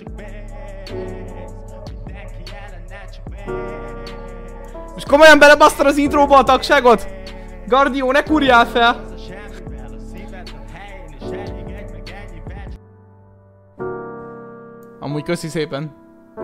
Most komolyan belebasztad az intróba a tagságot? Gardió, ne kurjál fel! Amúgy köszi szépen.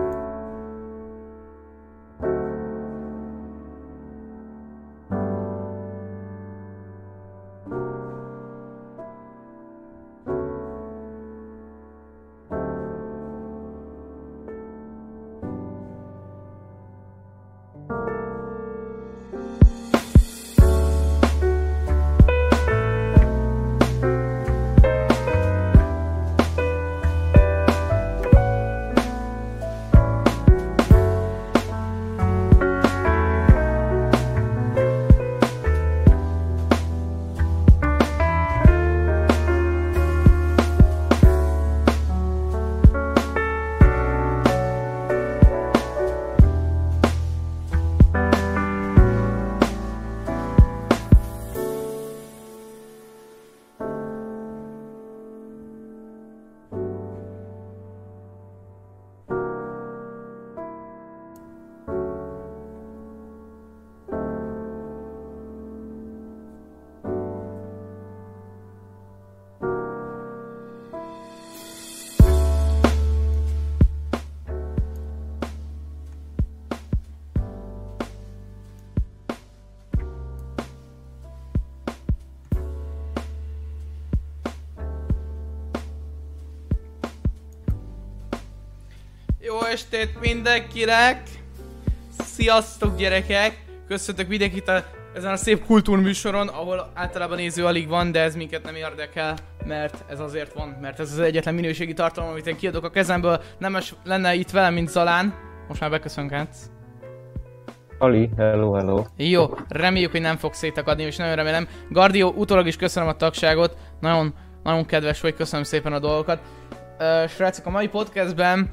Jó estét mindenkinek! Sziasztok gyerekek! Köszöntök mindenkit ezen a szép kultúrműsoron, ahol általában néző alig van, de ez minket nem érdekel, mert ez azért van, mert ez az egyetlen minőségi tartalom, amit én kiadok a kezemből. Nem lenne itt velem, mint Zalán. Most már beköszönhetsz. Ali, hello. Jó, reméljük, hogy nem fog szétakadni, és nagyon remélem. Gardió, utólag is köszönöm a tagságot. Nagyon kedves vagy, köszönöm szépen a dolgokat. Srácok, a mai podcastben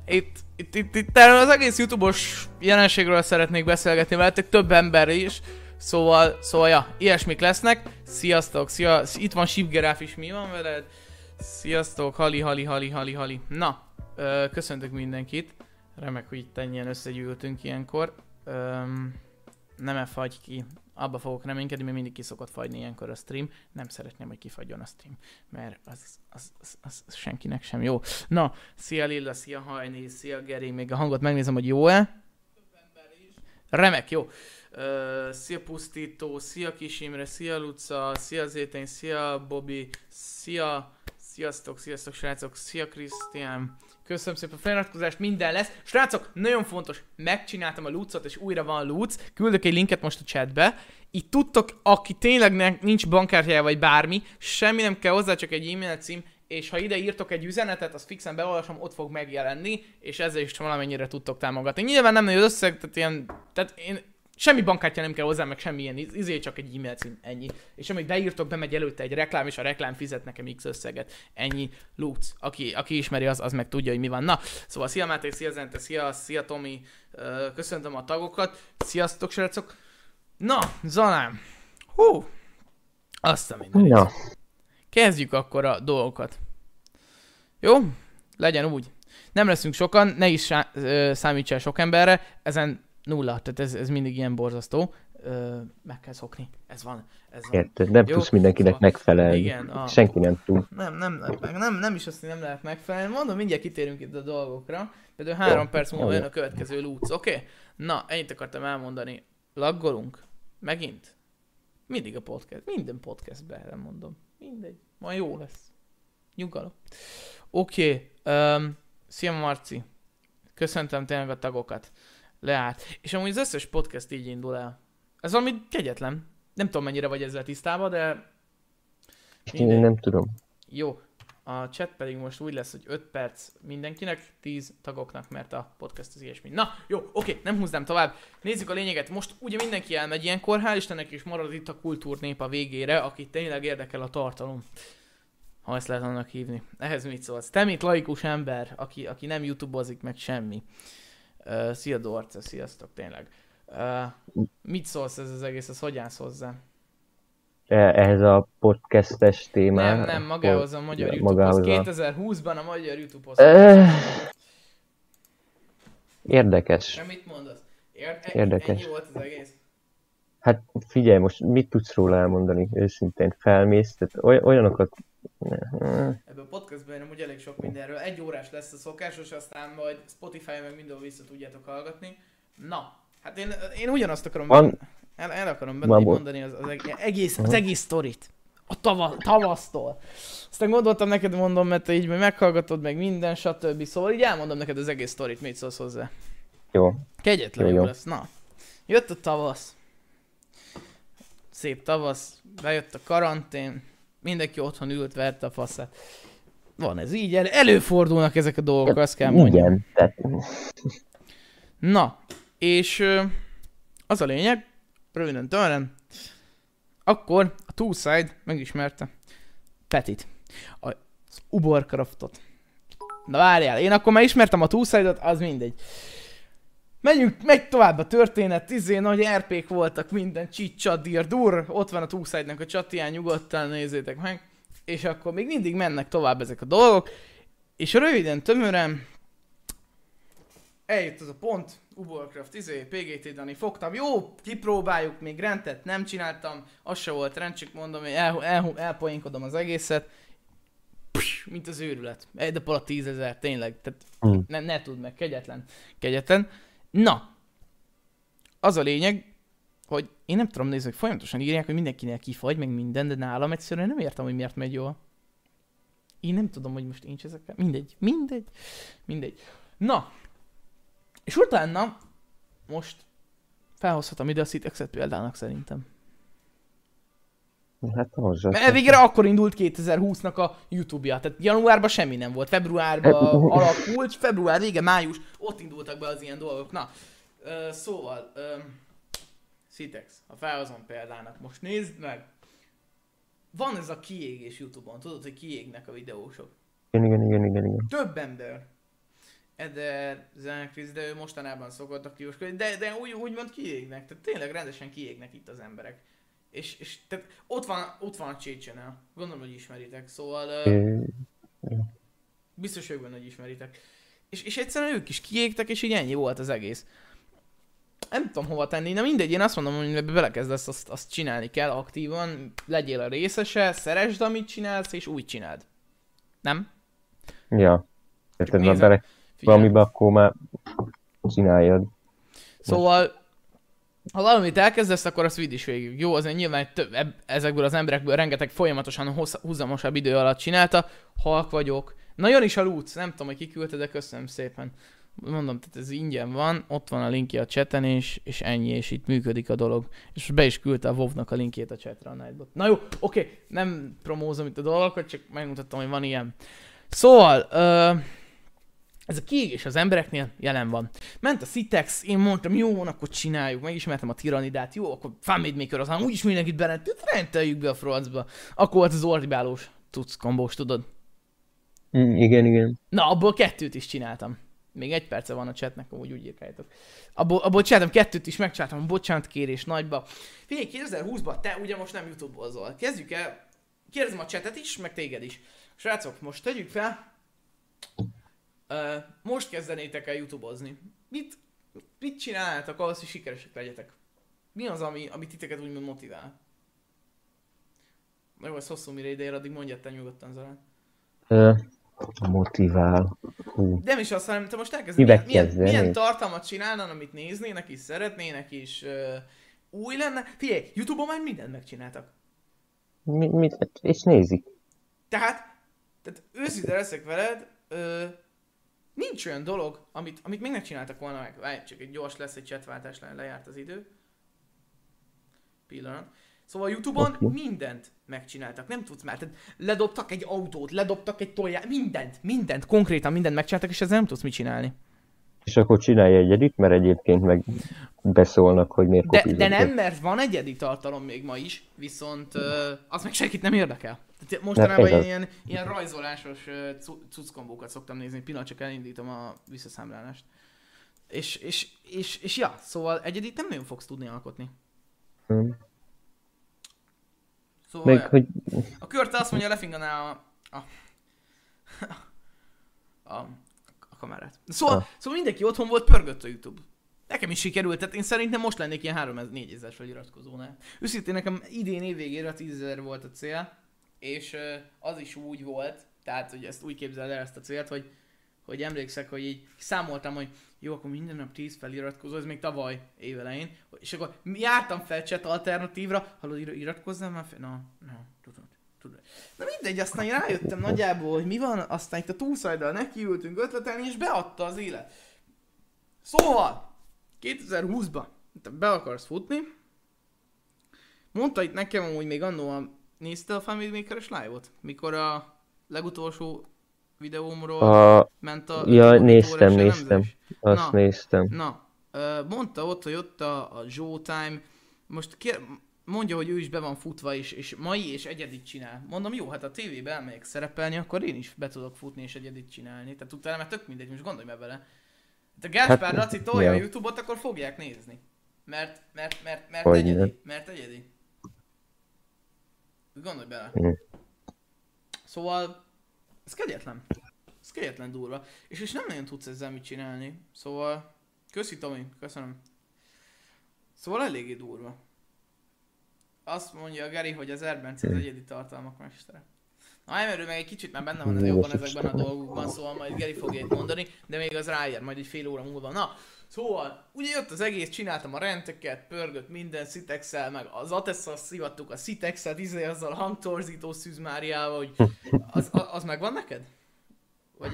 itt az egész YouTube-os jelenségről szeretnék beszélgetni veletek, több emberrel is. Szóval ja, ilyesmik lesznek. Sziasztok, itt van Sipgeráf is, mi van veled? Sziasztok, hali. Na, köszöntök mindenkit. Remek, hogy itt ennyien összegyűltünk ilyenkor. Nem fagy ki. Abba fogok reménykedni, mert mindig ki szokott fagyni ilyenkor a stream. Nem szeretném, hogy kifagyjon a stream, mert az senkinek sem jó. Na, szia Lilla, szia Hajni, szia Geri, még a hangot megnézem, hogy jó-e? Remek, jó. Szia Pusztító, szia Kis Imre, szia Luca, szia Zétény, szia Bobby, sziasztok srácok, szia Krisztián. Köszönöm szépen a feliratkozást, minden lesz. Srácok, nagyon fontos, megcsináltam a Lucot, és újra van Luc. Küldök egy linket most a chatbe. Itt tudtok, aki tényleg nincs bankkártyája vagy bármi, semmi nem kell hozzá, csak egy e-mail cím, és ha ide írtok egy üzenetet, azt fixen beolvasom, ott fog megjelenni, és ezzel is valamennyire tudtok támogatni. Nyilván nem nagy összeg, tehát én semmi bankkártya nem kell hozzá, meg semmi ilyen, csak egy e-mail cím, ennyi. És amíg beírtok, bemegy előtte egy reklám, és a reklám fizet nekem X összeget. Ennyi. Luc. Aki ismeri, az meg tudja, hogy mi van. Na, szóval szia Máté, szia Zente, szia Tomi, köszöntöm a tagokat. Sziasztok, srácok. Na, Zalám. Azt a mindenit. Na. Kezdjük akkor a dolgokat. Jó? Legyen úgy. Nem leszünk sokan, ne is számíts el sok emberre, ezen 0, tehát ez mindig ilyen borzasztó. Meg kell szokni. Ez van. Érted, nem tudsz mindenkinek megfelelni. Igen, senki nem tud. Nem is azt, hogy nem lehet megfelelni. Mondom, mindjárt kitérünk itt a dolgokra. Például 3 perc múlva jön a következő Luc, oké? Na, ennyit akartam elmondani. Laggolunk? Megint? Mindig a podcast. Minden podcastben elmondom. Mindegy. Majd jó lesz. Nyugalom. Oké. Szia Marci. Köszöntöm tényleg a tagokat. Leállt. És amúgy az összes podcast így indul el. Ez valami kegyetlen. Nem tudom, mennyire vagy ezzel tisztában, de... Én nem tudom. Jó. A chat pedig most úgy lesz, hogy 5 perc mindenkinek, 10 tagoknak, mert a podcast az ilyesmi. Na, jó, oké, nem húznám tovább. Nézzük a lényeget. Most ugye mindenki elmegy ilyenkor, hál' Istennek is marad itt a kultúrnép a végére, akit tényleg érdekel a tartalom. Ha ezt lehet annak hívni. Ehhez mit szólsz? Te, mint laikus ember, aki nem YouTube-ozik meg semmi. Szia Dorce, sziasztok, tényleg. Mit szólsz ez az egész, ez hogy állsz hozzá? Ehhez a podcastes témához? Nem, magához a magyar YouTube-hoz. 2020-ban a magyar YouTube-hoz. Érdekes. Nem mit mondasz? Érdekes. Ennyi volt az egész? Hát figyelj, most mit tudsz róla elmondani? Őszintén felmész, tehát olyanokat... Ebből a podcastban nem úgy elég sok mindenről. 1 órás lesz a szokásos, aztán majd Spotify-on meg mindenhol vissza tudjátok hallgatni. Na, hát én ugyanazt akarom el akarom benne mondani az egész sztorit. A tavasztól. Aztán gondoltam neked, mondom, mert te így meghallgatod meg minden, stb. Szóval így elmondom neked az egész sztorit, mit szólsz hozzá. Jó. Kegyetlen jó lesz. Na, jött a tavasz. Szép tavasz, bejött a karantén, mindenki otthon ült, verte a faszát. Van ez így, előfordulnak ezek a dolgok, azt kell mondjam. Igen, tehát... Na, és az a lényeg, röviden tömören, akkor a Two-Side megismerte Petit, az Ubercraftot. Na várjál, én akkor már ismertem a Two-Side-ot, az mindegy. Megy tovább a történet, nagy RP-k voltak, minden csicsadir, dur, ott van a Two-Side-nak a csatján, nyugodtan nézzétek meg. És akkor még mindig mennek tovább ezek a dolgok, és röviden tömören eljött az a pont, Ubercraft, PGT Dani, fogtam, jó, kipróbáljuk, még rendet nem csináltam, az se volt rend, csak mondom, hogy elpoénkodom az egészet, mint az őrület, egy nap alatt 10 000, tényleg, tehát ne tudd meg, kegyetlen. Na, az a lényeg, hogy én nem tudom nézni, hogy folyamatosan írják, hogy mindenkinél kifagy, meg minden, de nálam egyszerűen nem értem, hogy miért megy jól. Én nem tudom, hogy most én is ezekkel, mindegy. Na, és utána most felhozhatom ide a Citexet példának szerintem. Hát hozzá. Mert elvégre akkor indult 2020-nak a YouTube-ja, tehát januárban semmi nem volt, februárban alakult, február vége, május, ott indultak be az ilyen dolgok. Na, szóval, Citex, ha felhozom példának, most nézd meg, van ez a kiégés YouTube-on, tudod, hogy kiégnek a videósok. Igen. Több ember. Eder, Zenkrisz, de ő mostanában szokott aktív, de úgymond kiégnek, tehát tényleg rendesen kiégnek itt az emberek. És tehát ott van a Channel, gondolom, hogy ismeritek, szóval biztos vagyok benne, hogy ismeritek. És egyszerűen ők is kiégtek, és így ennyi volt az egész. Nem tudom hova tenni, de mindegy, én azt mondom, hogy belekezdesz, azt csinálni kell aktívan, legyél a részese, szeresd, amit csinálsz, és úgy csináld. Nem? Ja. Tehát ha bele valamibe, akkor már csináljad. Szóval, ha valamit elkezdesz, akkor azt vidd is végig. Jó, azért nyilván ezekből az emberekből rengeteg folyamatosan húzamosabb idő alatt csinálta. Halk vagyok. Nagyon is a Lutz, nem tudom, hogy kiküldte, de köszönöm szépen. Mondom, tehát ez ingyen van, ott van a linkje a chaten, és ennyi, és itt működik a dolog. És most be is küldte a WoW-nak a linkjét a chatre a Nightbot. Na jó, oké, nem promózom itt a dolgokat, csak megmutattam, hogy van ilyen. Szóval, ez a kiégés az embereknél jelen van. Ment a Citex, én mondtam, jó, akkor csináljuk, megismertem a Tyrannidát, jó, akkor Fanmade Maker aztán úgyis mindenkit rendeljük be a francba. Akkor volt az ordibálós tudsz kombós, tudod? Igen. Na, abból 2 is csináltam. Még 1 perce van a chatnek, amúgy úgy írkáljátok. Abból csináltam 2 is, megcsináltam bocsánatkérés nagyba. Figyelj, 2020-ban te ugye most nem YouTube-ozol. Kezdjük el, kérdezem a chatet is, meg téged is. Srácok, most tegyük fel, most kezdenétek el YouTube-ozni. Mit csinálnátok ahhoz, hogy sikeresek legyetek? Mi az, ami titeket úgymond motivál? Na jó, ez hosszú mire ide ér, addig mondjad te nyugodtan, Zalán. Motivál. De nem is azt, hanem te most elkezded, milyen tartalmat csinálnál, amit néznének is, szeretnének is, új lenne. Figyelj, YouTube-on már mindent megcsináltak. És nézik. Tehát őszinte leszek veled, nincs olyan dolog, amit még nem csináltak volna meg. Várj, csak egy gyors lesz, egy chatváltás, lejárt az idő. Pillanat. Szóval YouTube-on mindent megcsináltak, nem tudsz már. Tehát ledobtak egy autót, ledobtak egy tolját, mindent, konkrétan mindent megcsináltak, és ezzel nem tudsz mit csinálni. És akkor csinálj egyedit, mert egyébként meg beszólnak, hogy miért kopizok. De nem, mert van egyedi tartalom még ma is, viszont az meg senkit nem érdekel. Tehát mostanában ilyen rajzolásos cuckombókat szoktam nézni, pillanat, csak elindítom a visszaszámlálást. És ja, szóval egyedit nem nagyon fogsz tudni alkotni. Szóval meg, hogy... a Körte azt mondja, lefinganá a kamerát. Szóval, Ah. szóval mindenki otthon volt, pörgött a YouTube. Nekem is sikerült, tehát én szerintem most lennék ilyen 3-4 feliratkozónál. Őszintén nekem idén évvégére a 10 000 volt a cél, és az is úgy volt, tehát hogy ezt úgy képzeld el ezt a célt, hogy emlékszek, hogy így számoltam, hogy jó, akkor minden nap 10 feliratkozó, ez még tavaly évelején, és akkor jártam fel chat alternatívra, hallod, iratkozzál már fel? Na, tudod. Na mindegy, aztán rájöttem nagyjából, hogy mi van, aztán itt a túlszajdal nekiültünk ötletelni, és beadta az élet. Szóval, 2020-ban be akarsz futni, mondta itt nekem amúgy még annó nézte a Family Maker-es live-ot, mikor a legutolsó videómról ment a... Ja, néztem. Azt néztem. Na, mondta ott, hogy ott a Showtime, most mondja, hogy ő is be van futva, és mai és egyedit csinál. Mondom, jó, hát a tévébe elmegyek szerepelni, akkor én is be tudok futni és egyedit csinálni. Tehát utána már tök mindegy, most gondolj meg vele. Hát a Gáspár Laci tolja a YouTube-ot, akkor fogják nézni. Mert egyedi. Gondolj bele. Szóval, ez kegyetlen durva. És nem nagyon tudsz ezzel mit csinálni. Szóval, köszi Tomi, köszönöm. Szóval eléggé durva. Azt mondja a Geri, hogy az Erbence az egyedi tartalmak mestere. Na, emerő meg egy kicsit már benne van jobban ezekben a dolgokban, szóval majd Geri fogja itt mondani, de még az ráér, majd egy fél óra múlva. Na, szóval, ugye jött az egész, csináltam a renteket, pörgött minden Citex-el, meg az Atessa-szal szivattuk a Citex-et, azzal a hangtorzító szűzmáriával, hogy az megvan neked? Vagy...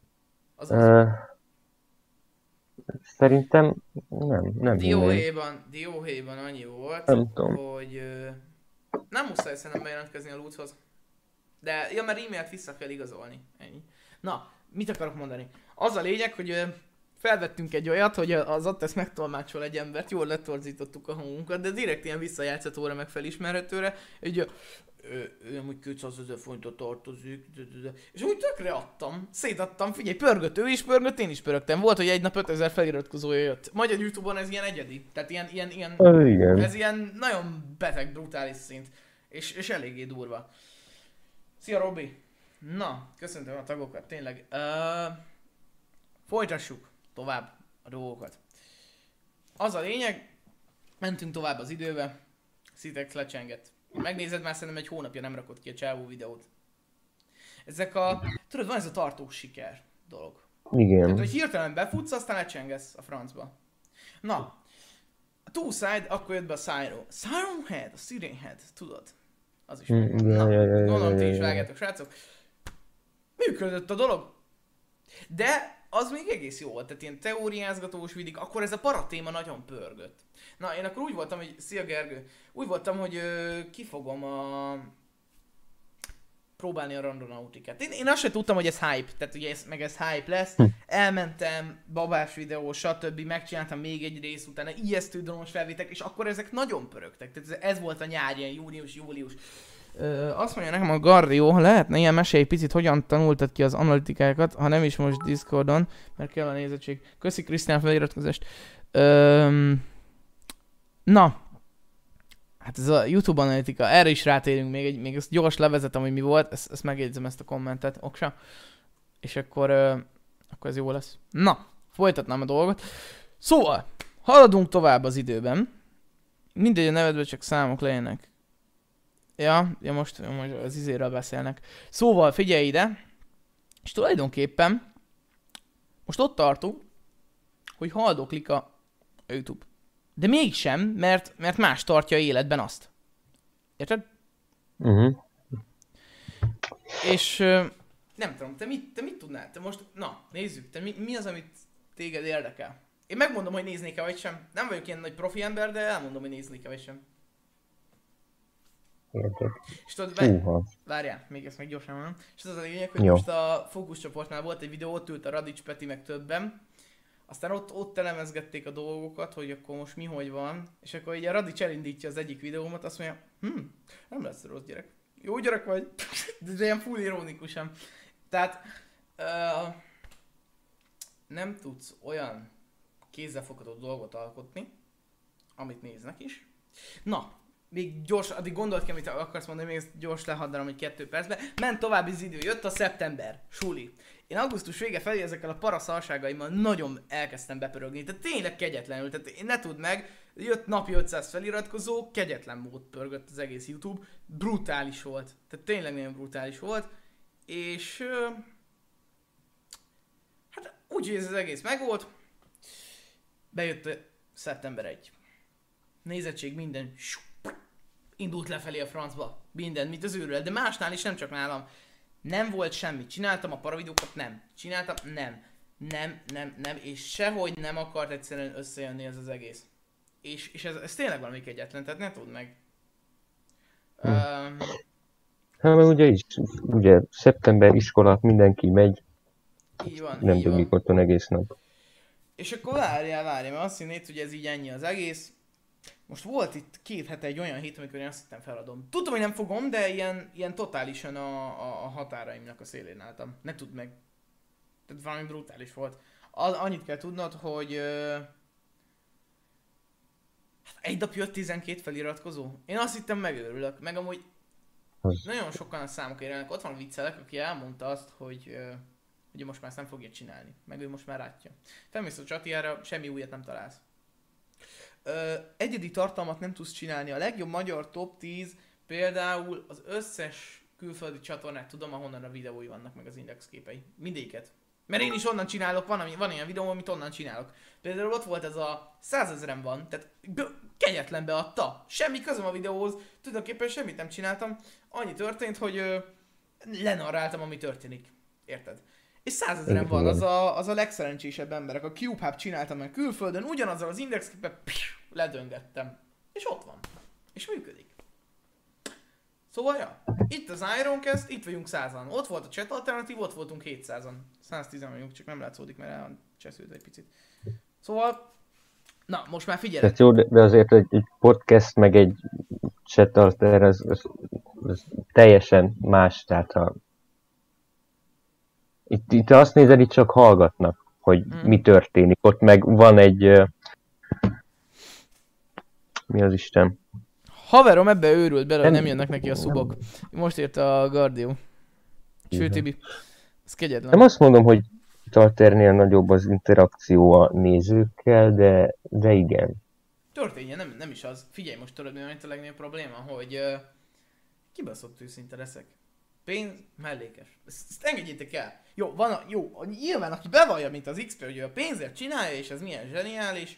Szerintem nem. Dióhéjban annyi volt, hogy nem muszáj szerintem bejelentkezni a loothoz. De, ja, mert e-mailt vissza kell igazolni. Ennyi. Na, mit akarok mondani? Az a lényeg, hogy felvettünk egy olyat, hogy az Attesz megtolmácsol egy embert, jól letorzítottuk a hangunkat, de direkt ilyen visszajátszhatóra meg felismerhetőre, hogy ő amúgy 200 000 forintot tartozik, és úgy tökre adtam, szétadtam, figyelj, pörgött, ő is pörgött, én is pörögtem. Volt, hogy egy nap 5000 feliratkozója jött. Magyar YouTube-on ez ilyen egyedi, tehát ilyen ez ilyen nagyon beteg, brutális szint, és eléggé durva. Szia Robi! Na, köszöntöm a tagokat, tényleg. Folytassuk tovább a dolgokat. Az a lényeg, mentünk tovább az időbe, Citex lecsengett. Megnézed, már szerintem egy hónapja nem rakott ki a csávó videót. Ezek tudod, van ez a tartós siker dolog. Igen. Tehát, hogy hirtelen befutsz, aztán lecsengesz a francba. Na, a Two Side, akkor jött be a Siren Head, a Siren Head, tudod? Az is megvan. Na, gondolom ti is vágjátok, srácok. Működött a dolog. De az még egész jó volt, tehát ilyen teóriázgatós vidik, akkor ez a paratéma nagyon pörgött. Na, én akkor úgy voltam, hogy... Szia Gergő! Úgy voltam, hogy ki fogom próbálni a randonautikát. Én azt sem tudtam, hogy ez hype, tehát ugye ez hype lesz. Elmentem, babás videó, stb. Megcsináltam még egy rész, utána ijesztő drónos felvétek, és akkor ezek nagyon pörögtek. Tehát ez volt a nyár, ilyen június. Azt mondja nekem a Garrió, lehetne ilyen mesélj picit, hogyan tanultad ki az analitikákat, ha nem is most Discordon, mert kell a nézettség. Köszi Krisztián feliratkozást. Na, hát ez a YouTube analitika, erre is rátérünk, még ezt gyors levezetem, hogy mi volt, ezt megjegyzem, ezt a kommentet, oksa. És akkor ez jó lesz. Na, folytatnám a dolgot. Szóval, haladunk tovább az időben. Mindegy a nevedben csak számok legyenek. Ja, most az izéről beszélnek. Szóval figyelj ide, és tulajdonképpen most ott tartunk, hogy haldoklik a YouTube. De mégsem, mert más tartja életben azt. Érted? És nem tudom, te mit tudnál? Te most, na, nézzük, te mi az, amit téged érdekel? Én megmondom, hogy néznék-e vagy sem. Nem vagyok ilyen nagy profi ember, de elmondom, hogy néznék-e vagy sem. És tudod, várjál, még ezt meg gyorsan mondom. És az a lényeg, hogy most a fókuszcsoportnál volt egy videó, ott ült a Radics Peti meg többen. Aztán ott elemezgették a dolgokat, hogy akkor most mi hogy van. És akkor így a Radics elindítja az egyik videómat, azt mondja, nem lesz rossz gyerek. Jó gyerek vagy, de ilyen full ironikusan. Tehát nem tudsz olyan kézzelfogható dolgot alkotni, amit néznek is. Na, még gyors, addig gondolt ki, amit akarsz mondani, még ezt gyors lehaddarom egy 2 percbe. Ment tovább az idő, jött a szeptember, suli. Én augusztus vége felé ezekkel a paraszalságaimmal nagyon elkezdtem bepörögni, tehát tényleg kegyetlenül, tehát én ne tudd meg, jött napi 500 feliratkozó, kegyetlen mód pörgött az egész YouTube, brutális volt, tehát tényleg nagyon brutális volt, és hát úgyhogy ez az egész megvolt, bejött szeptember 1. Nézettség minden, indult lefelé a francba, minden, mint az őrület, de másnál is, nem csak nálam. Nem volt semmi, csináltam a paravideókat, nem. Csináltam, nem, és sehogy nem akart egyszerűen összejönni ez az egész. És ez tényleg valami kegyetlen, tehát ne tudd meg. Hát mert ugye szeptember iskola, mindenki megy. Így van, nem így dugik otthon egész nap. És akkor várjál, mert azt hinnéd, hogy ez így ennyi az egész. Most volt itt 2 hete egy olyan hét, amikor én azt hittem feladom. Tudtam, hogy nem fogom, de ilyen totálisan a határaimnak a szélén álltam. Ne tudd meg. Tehát valami brutális volt. Annyit kell tudnod, hogy egy nap jött 12 feliratkozó. Én azt hittem megőrülök, meg amúgy nagyon sokan a számok érelnek. Ott van a viccelek, aki elmondta azt, hogy ugye most már ezt nem fogja csinálni. Meg ő most már látja. Felmész a csatiára, semmi újat nem találsz. Egyedi tartalmat nem tudsz csinálni. A legjobb magyar top 10 például az összes külföldi csatornát tudom, ahonnan a videói vannak, meg az index képei. Mindéket. Mert én is onnan csinálok, van ilyen videó, amit onnan csinálok. Például ott volt ez a 100 000-en van, tehát kegyetlen beadta. Semmi közöm a videóhoz, tulajdonképpen semmit nem csináltam. Annyi történt, hogy lenarráltam, ami történik. Érted? És 100 000-en van, az a legszerencsésebb emberek. A CubeHub csináltam meg külföldön, ugyanazzal az indexképpen ledöngettem. És ott van. És működik. Szóval ja, itt az Ironcast, itt vagyunk 100-an. Ott volt a chat alternatív, ott voltunk 700-an. 110 vagyunk, csak nem látszódik, mert elcseszült egy picit. Szóval, na, most már figyelj. Tehát jó, de azért egy podcast meg egy chat alter, az teljesen más, tehát itt azt nézed, itt csak hallgatnak, hogy mi történik. Ott meg van egy... mi az Isten? Haverom ebbe őrült bele, hogy nem jönnek neki a szubok. Most írta a Gardió. Sőt, Tibi. Ez kegyetlen. Nem azt mondom, hogy Talternél nagyobb az interakció a nézőkkel, de igen. Történjen, nem is az. Figyelj, most tudod, mi a legnagyobb probléma, hogy kibaszott őszinte leszek. Pénz mellékes. Ezt engedjétek el. Jó, nyilván aki bevallja, mint az XP, hogy ő a pénzért csinálja, és ez milyen zseniális,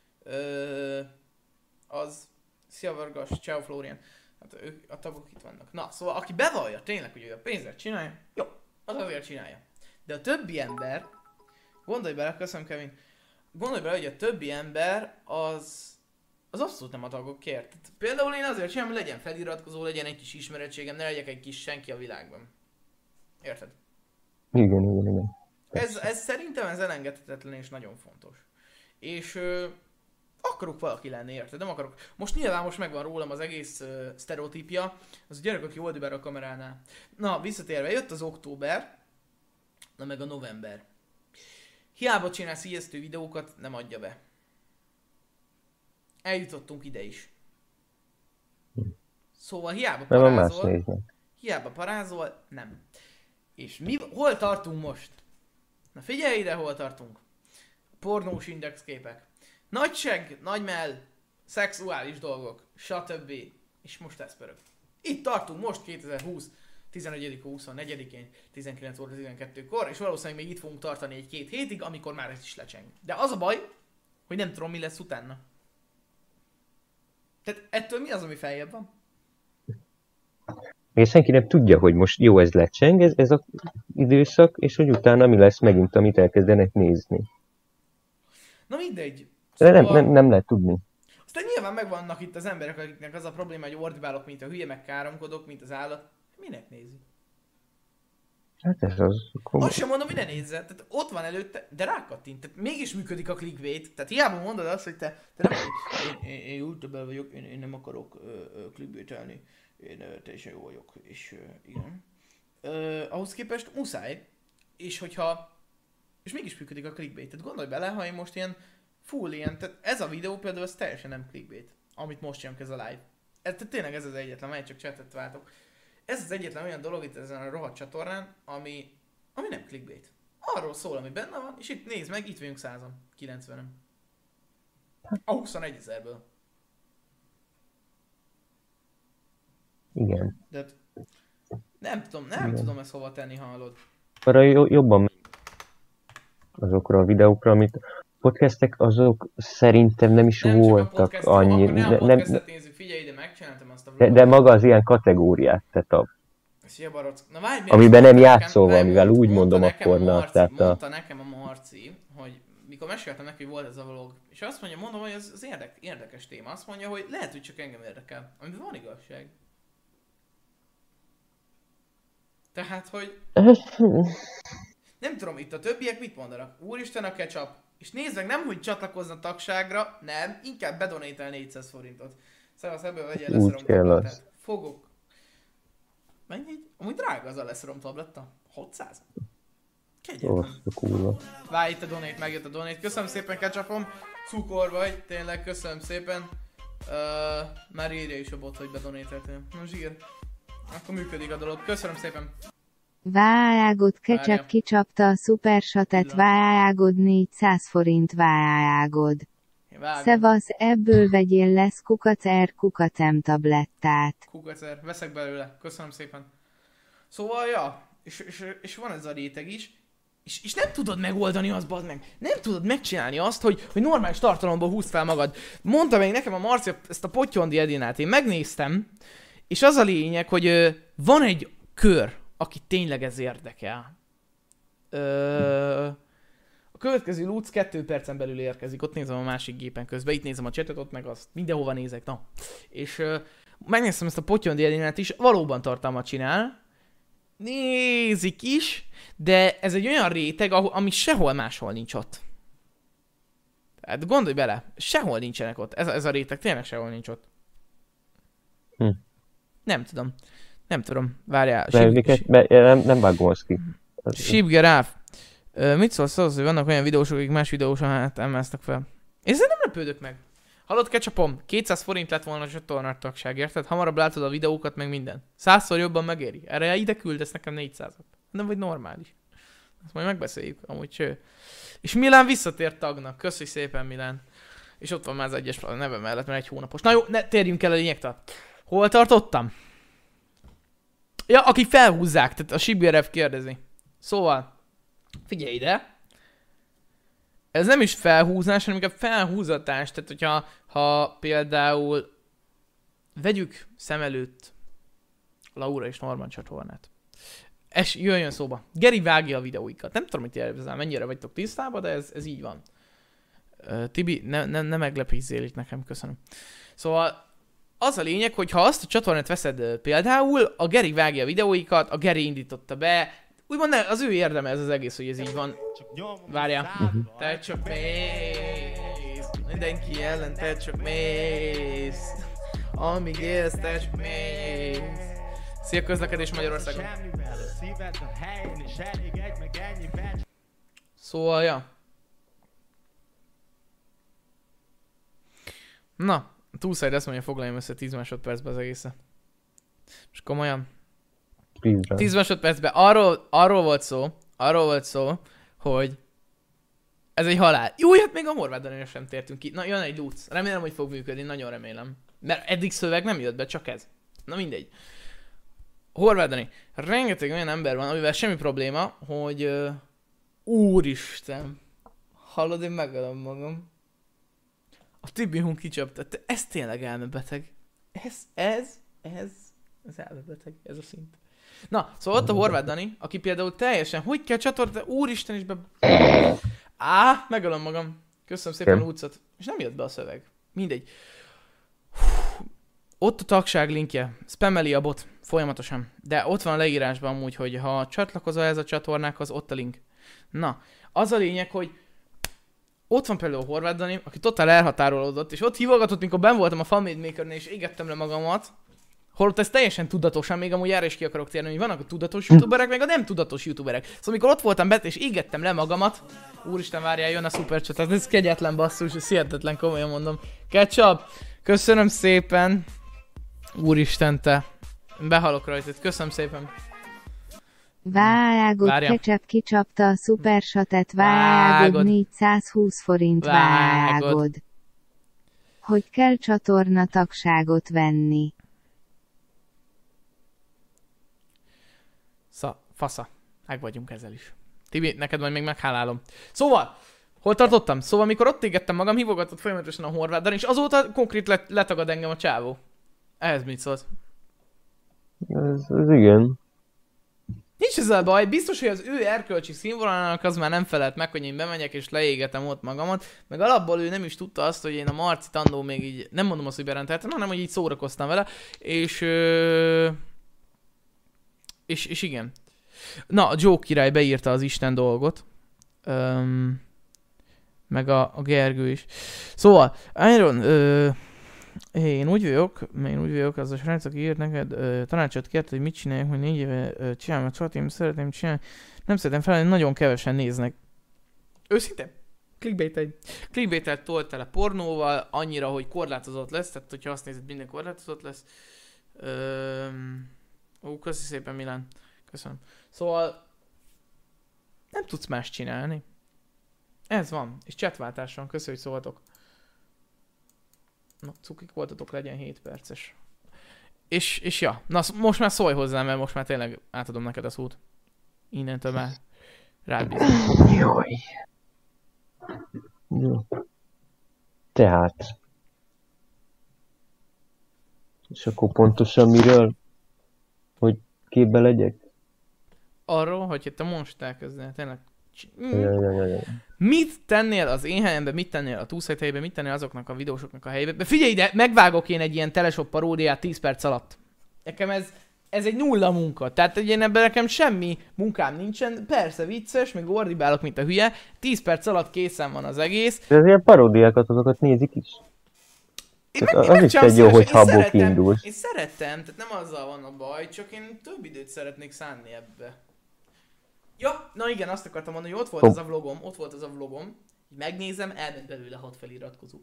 az... Szia Vargas, ciao Florian. Hát ők, a tagok itt vannak. Na, szóval aki bevallja tényleg, hogy ő a pénzért csinálja, jó, az azért csinálja. De a többi ember, gondolj bele, köszönöm Kevin, gondolj bele, hogy a többi ember az abszolút nem a tagokért. Tehát például én azért csinálom, hogy legyen feliratkozó, legyen egy kis ismerettségem, ne legyek egy kis senki a világban. Érted? Igen. Ez szerintem ez elengedhetetlen és nagyon fontos. És akarok valaki lenni, érted? Nem akarok. Most nyilván megvan rólam az egész sztereotípia, az a gyerek, aki oldibár a kameránál. Na, visszatérve, jött az október, na meg a november. Hiába csinálsz ijesztő videókat, nem adja be. Eljutottunk ide is. Szóval hiába parázol, nem. És hol tartunk most? Na figyelj ide, hol tartunk. Pornós indexképek. Nagy segg, nagy mell, szexuális dolgok, stb. És most ez pörög. Itt tartunk most 2020, 11-24-én, 19 óra 12-kor, és valószínűleg még itt fogunk tartani egy 2 hétig, amikor már ez is lecseng. De az a baj, hogy nem tudom, mi lesz utána. Tehát ettől mi az, ami feljebb van? Még senki nem tudja, hogy most jó, ez lecseng, ez az időszak, és hogy utána mi lesz megint, amit elkezdenek nézni. Na mindegy. Szóval... Nem lehet tudni. Aztán nyilván megvannak itt az emberek, akiknek az a probléma, hogy ordibálok, mint a hülye, meg káromkodok, mint az állat. Minek nézi? Hát ez az... Azt sem mondom, hogy ne nézze. Tehát ott van előtte, de rákattint. Tehát mégis működik a clickbait. Tehát hiába mondod azt, hogy te nem én youtuber vagyok, én nem akarok clickbaitelni. Én teljesen jó vagyok. És igen. Ahhoz képest muszáj. És mégis működik a clickbait. Tehát gondolj bele, ha én most ilyen full ilyen, tehát ez a videó például ez teljesen nem clickbait. Amit most jön ez a live. tényleg ez az egyetlen, majd csak chatet váltok. Ez az egyetlen olyan dolog itt ezen a rohadt csatornán, ami nem clickbait. Arról szól, ami benne van, és itt nézd meg, itt vagyunk 100-an, 90-en. A 21 000-ből. Igen. De nem tudom ezt hova tenni, hallod. Arra jobban azokra a videókra, amit podcastek, azok szerintem nem is nem voltak annyi. Nem a podcastet nézzük, figyelj ide, megcsináltam azt a vlogot. De maga az ilyen kategóriát, tehát Na, várj, amiben nem játszol valamivel, úgy mondom akkor. Mondta nekem a Marci, hogy mikor meséltem neki, hogy volt ez a vlog, és azt mondom, hogy ez az érdekes téma. Azt mondja, hogy lehet, hogy csak engem érdekel, amiben van igazság. Tehát, hogy nem tudom, itt a többiek mit mondanak. Úristen a ketchup. És nézd meg, nem hogy csatlakozna tagságra, nem, inkább bedonétel 400 forintot. Szevasz, ebből vegyél leszerom tablettát. Fogok. Mennyi? Amúgy drága az a leszerom tabletta. 600? Kegyetlen. Várj, itt a donate, megjött a donate. Köszönöm szépen, ketchupom. Cukor vagy, tényleg, köszönöm szépen. Már írja is a bot, hogy bedonételtél. Na zsír. Akkor működik a dolog. Köszönöm szépen. Váágod ketchup kicsapta a szupersatet, váágod 400 forint váágod. Szevasz, ebből vegyél lesz kukacem tablettát. Kukacer, veszek belőle, köszönöm szépen. Szóval, ja, és van ez a réteg is, és nem tudod megoldani azt, bazd meg. Nem tudod megcsinálni azt, hogy normális tartalomból húzd fel magad. Mondta még nekem a Marci ezt a Pottyondi Edinát, én megnéztem, és az a lényeg, hogy van egy kör, aki tényleg ez érdekel. A következő Lutz 2 percen belül érkezik, ott nézem a másik gépen közben, itt nézem a chatet, ott meg azt, mindenhova nézek, na. És megnéztem ezt a Pottyondi Edinát is, valóban tartalmat csinál, nézik is, de ez egy olyan réteg, ami sehol máshol nincs ott. Tehát gondolj bele, sehol nincsenek ott, ez a réteg tényleg sehol nincs ott. Nem tudom, várjál. Nem vágolsz ki. Sibgeráf. Mit szólsz ahhoz, hogy vannak olyan videósok, akik más videóson hát emelztek fel? Én nem lepődök meg. Hallod, ketchupom? 200 forint lett volna a csatornát tagság, érted? Hamarabb látod a videókat, meg minden. 100-szor jobban megéri. Erre ide küldesz nekem 400-at. Nem vagy normális. Ezt majd megbeszéljük, amúgy cső. És Milán visszatért tagnak. Köszi szépen, Milán. És ott van már az egyes neve mellett, mert 1 hónapos. Na jó, térjünk el a lényegtől. Hol tartottam? Ja, akik felhúzzák, tehát a Sibgerev kérdezi. Szóval, figyelj ide. Ez nem is felhúzás, hanem inkább felhúzatás. Tehát, hogyha például vegyük szem előtt Laura és Norman csatornát. Jöjjön szóba. Geri vágja a videóikat. Nem tudom, hogy ezzel mennyire vagytok tisztában, de ez így van. Tibi, ne meglepízzél itt nekem, köszönöm. Szóval az a lényeg, hogy ha azt a csatornát veszed például, a Geri vágja a videóikat, a Geri indította be, úgymond az ő érdeme ez az egész, hogy ez így van. Várjál. Te csak mész. Mindenki ellen te csak mész. Amíg élsz, te csak mész. Szia közlekedés Magyarországon. Szóval, ja. Na, a Túlside azt mondja, foglaljam össze 10 másodpercben az egészet. És komolyan. 10 másodpercben arról volt szó, hogy ez egy halál. Jó, hát még a Horváth Danielra sem tértünk ki. Na, jön egy Lutz. Remélem, hogy fog működni, nagyon remélem. Mert eddig szöveg nem jött be, csak ez. Na mindegy. Horváth Dani, rengeteg olyan ember van, amivel semmi probléma, hogy úristen. Hallod, én megadom magam. A Tibi Hun kicsapta. Ez tényleg elmebeteg. Ez elmebeteg, ez a szint. Na, szóval ott a Horváth Dani, aki például teljesen, hogy kell csatorna, úristen is be... Megalom magam. Köszönöm szépen a Lutzot. És nem jött be a szöveg. Mindegy. Ott a tagság linkje. Spammeli a bot folyamatosan. De ott van a leírásban amúgy, hogy ha csatlakozol ez a csatornákhoz, ott a link. Na, az a lényeg, hogy ott van például a Horváth Dani, aki totál elhatárolódott, és ott hívogatott, mikor benn voltam a Fanmade Makernél, és égettem le magamat. Holott ez teljesen tudatosan, még amúgy erre is ki akarok térni, hogy vannak a tudatos youtuberek, meg a nem tudatos youtuberek. Szóval amikor ott voltam bent és égettem le magamat, úristen várjál, jön a szuperchat, ez kegyetlen basszus, ez hihetetlen, komolyan mondom. Ketchup, köszönöm szépen. Úristen te. Behalok rajtad. Köszönöm szépen. Vágágod Ketchup kicsapta a szupersatet. Vágágod 420 forint. Vágágod. Hogy kell csatorna tagságot venni. Fasza. Meg vagyunk ezzel is. Tibi, neked majd még meghálálom. Szóval, hol tartottam? Szóval, mikor ott égettem magam, hívogatott folyamatosan a horváddal, és azóta konkrét letagad engem a csávó. Ehhez mit szólsz? Ez igen. Nincs ezzel baj, biztos, hogy az ő erkölcsi színvonalának az már nem felelt meg, hogy én bemegyek és leégetem ott magamat, meg alapból ő nem is tudta azt, hogy én a Marcit annó még így, nem mondom azt, hogy berendeltem, hanem hogy így szórakoztam vele, és igen. Na, a Joe király beírta az Isten dolgot, meg a Gergő is. Szóval, Iron, én úgy vagyok, az a srác, aki írt neked, tanácsot kért, hogy mit csináljak, hogy 4 éve csinálom a csat, én szeretném csinálni, nem szeretem felelni, nagyon kevesen néznek. Őszintén? Clickbait-tel tolt tele pornóval, annyira, hogy korlátozott lesz, tehát hogyha azt nézed, minden korlátozott lesz. Köszi szépen, Milán. Köszönöm. Szóval nem tudsz más csinálni. Ez van. És chatváltás van. Köszönöm, hogy szóltok. Na, cukik voltatok, legyen 7 perces. És ja. Na, most már szólj hozzám, mert most már tényleg átadom neked a szót. Innentől már rád bízom. Jaj. Jó. Tehát. És akkor pontosan miről? Hogy képbe legyek? Arról, hogy te most elkezdenél, tényleg. Ja. Mit tennél az én helyemben, mit tennél a túlszajt helyében, mit tennél azoknak a videósoknak a helyében? Figyelj ide, megvágok én egy ilyen teleshop paródiát 10 perc alatt. Nekem ez egy nulla munka. Tehát én ebben nekem semmi munkám nincsen. Persze vicces, még ordibálok, mint a hülye. 10 perc alatt készen van az egész. De az ilyen paródiákat azokat nézik is? Az is egy jó, hogy habból kiindulsz. Én szerettem, tehát nem azzal van a baj, csak én több időt szeretnék szánni ebbe. Ja, na igen, azt akartam mondani, hogy ott volt az a vlogom, megnézem, elment belőle 6 feliratkozó.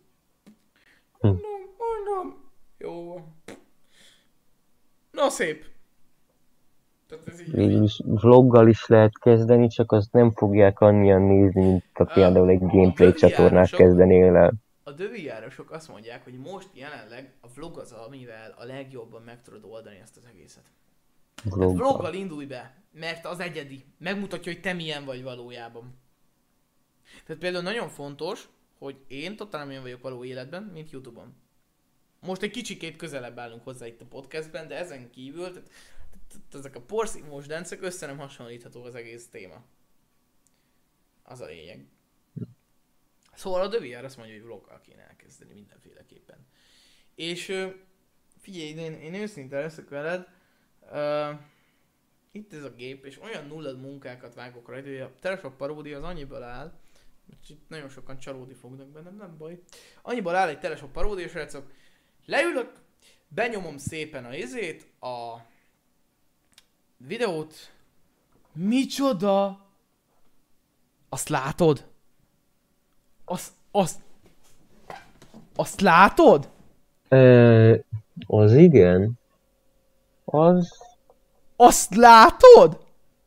Mondom, jó. Na szép. Tehát ez így... Végülis vloggal is lehet kezdeni, csak azt nem fogják annyian nézni, mint ha például egy gameplay csatornát kezdenél el. A döviljárosok azt mondják, hogy most jelenleg a vlog az, amivel a legjobban meg tudod oldani ezt az egészet. Vloggal indulj be, mert az egyedi. Megmutatja, hogy te milyen vagy valójában. Tehát például nagyon fontos, hogy én totál olyan vagyok való életben, mint YouTube-on. Most egy kicsikét közelebb állunk hozzá itt a podcastben, de ezen kívül, tehát ezek a porszívós dencek össze nem hasonlítható az egész téma. Az a lényeg. Szóval a Döviár azt mondja, hogy vloggal kéne elkezdeni mindenféleképpen. És figyelj, én őszinte leszek veled, itt ez a gép, és olyan nullad munkákat vágok rajta, hogy a teleshop paródia az annyiból áll, hogy itt nagyon sokan csalódni fognak bennem, nem baj. Annyiból áll egy teleshop paródia, srácok, leülök, benyomom szépen a videót. Micsoda? Azt látod? Azt látod? Az igen. Azt látod?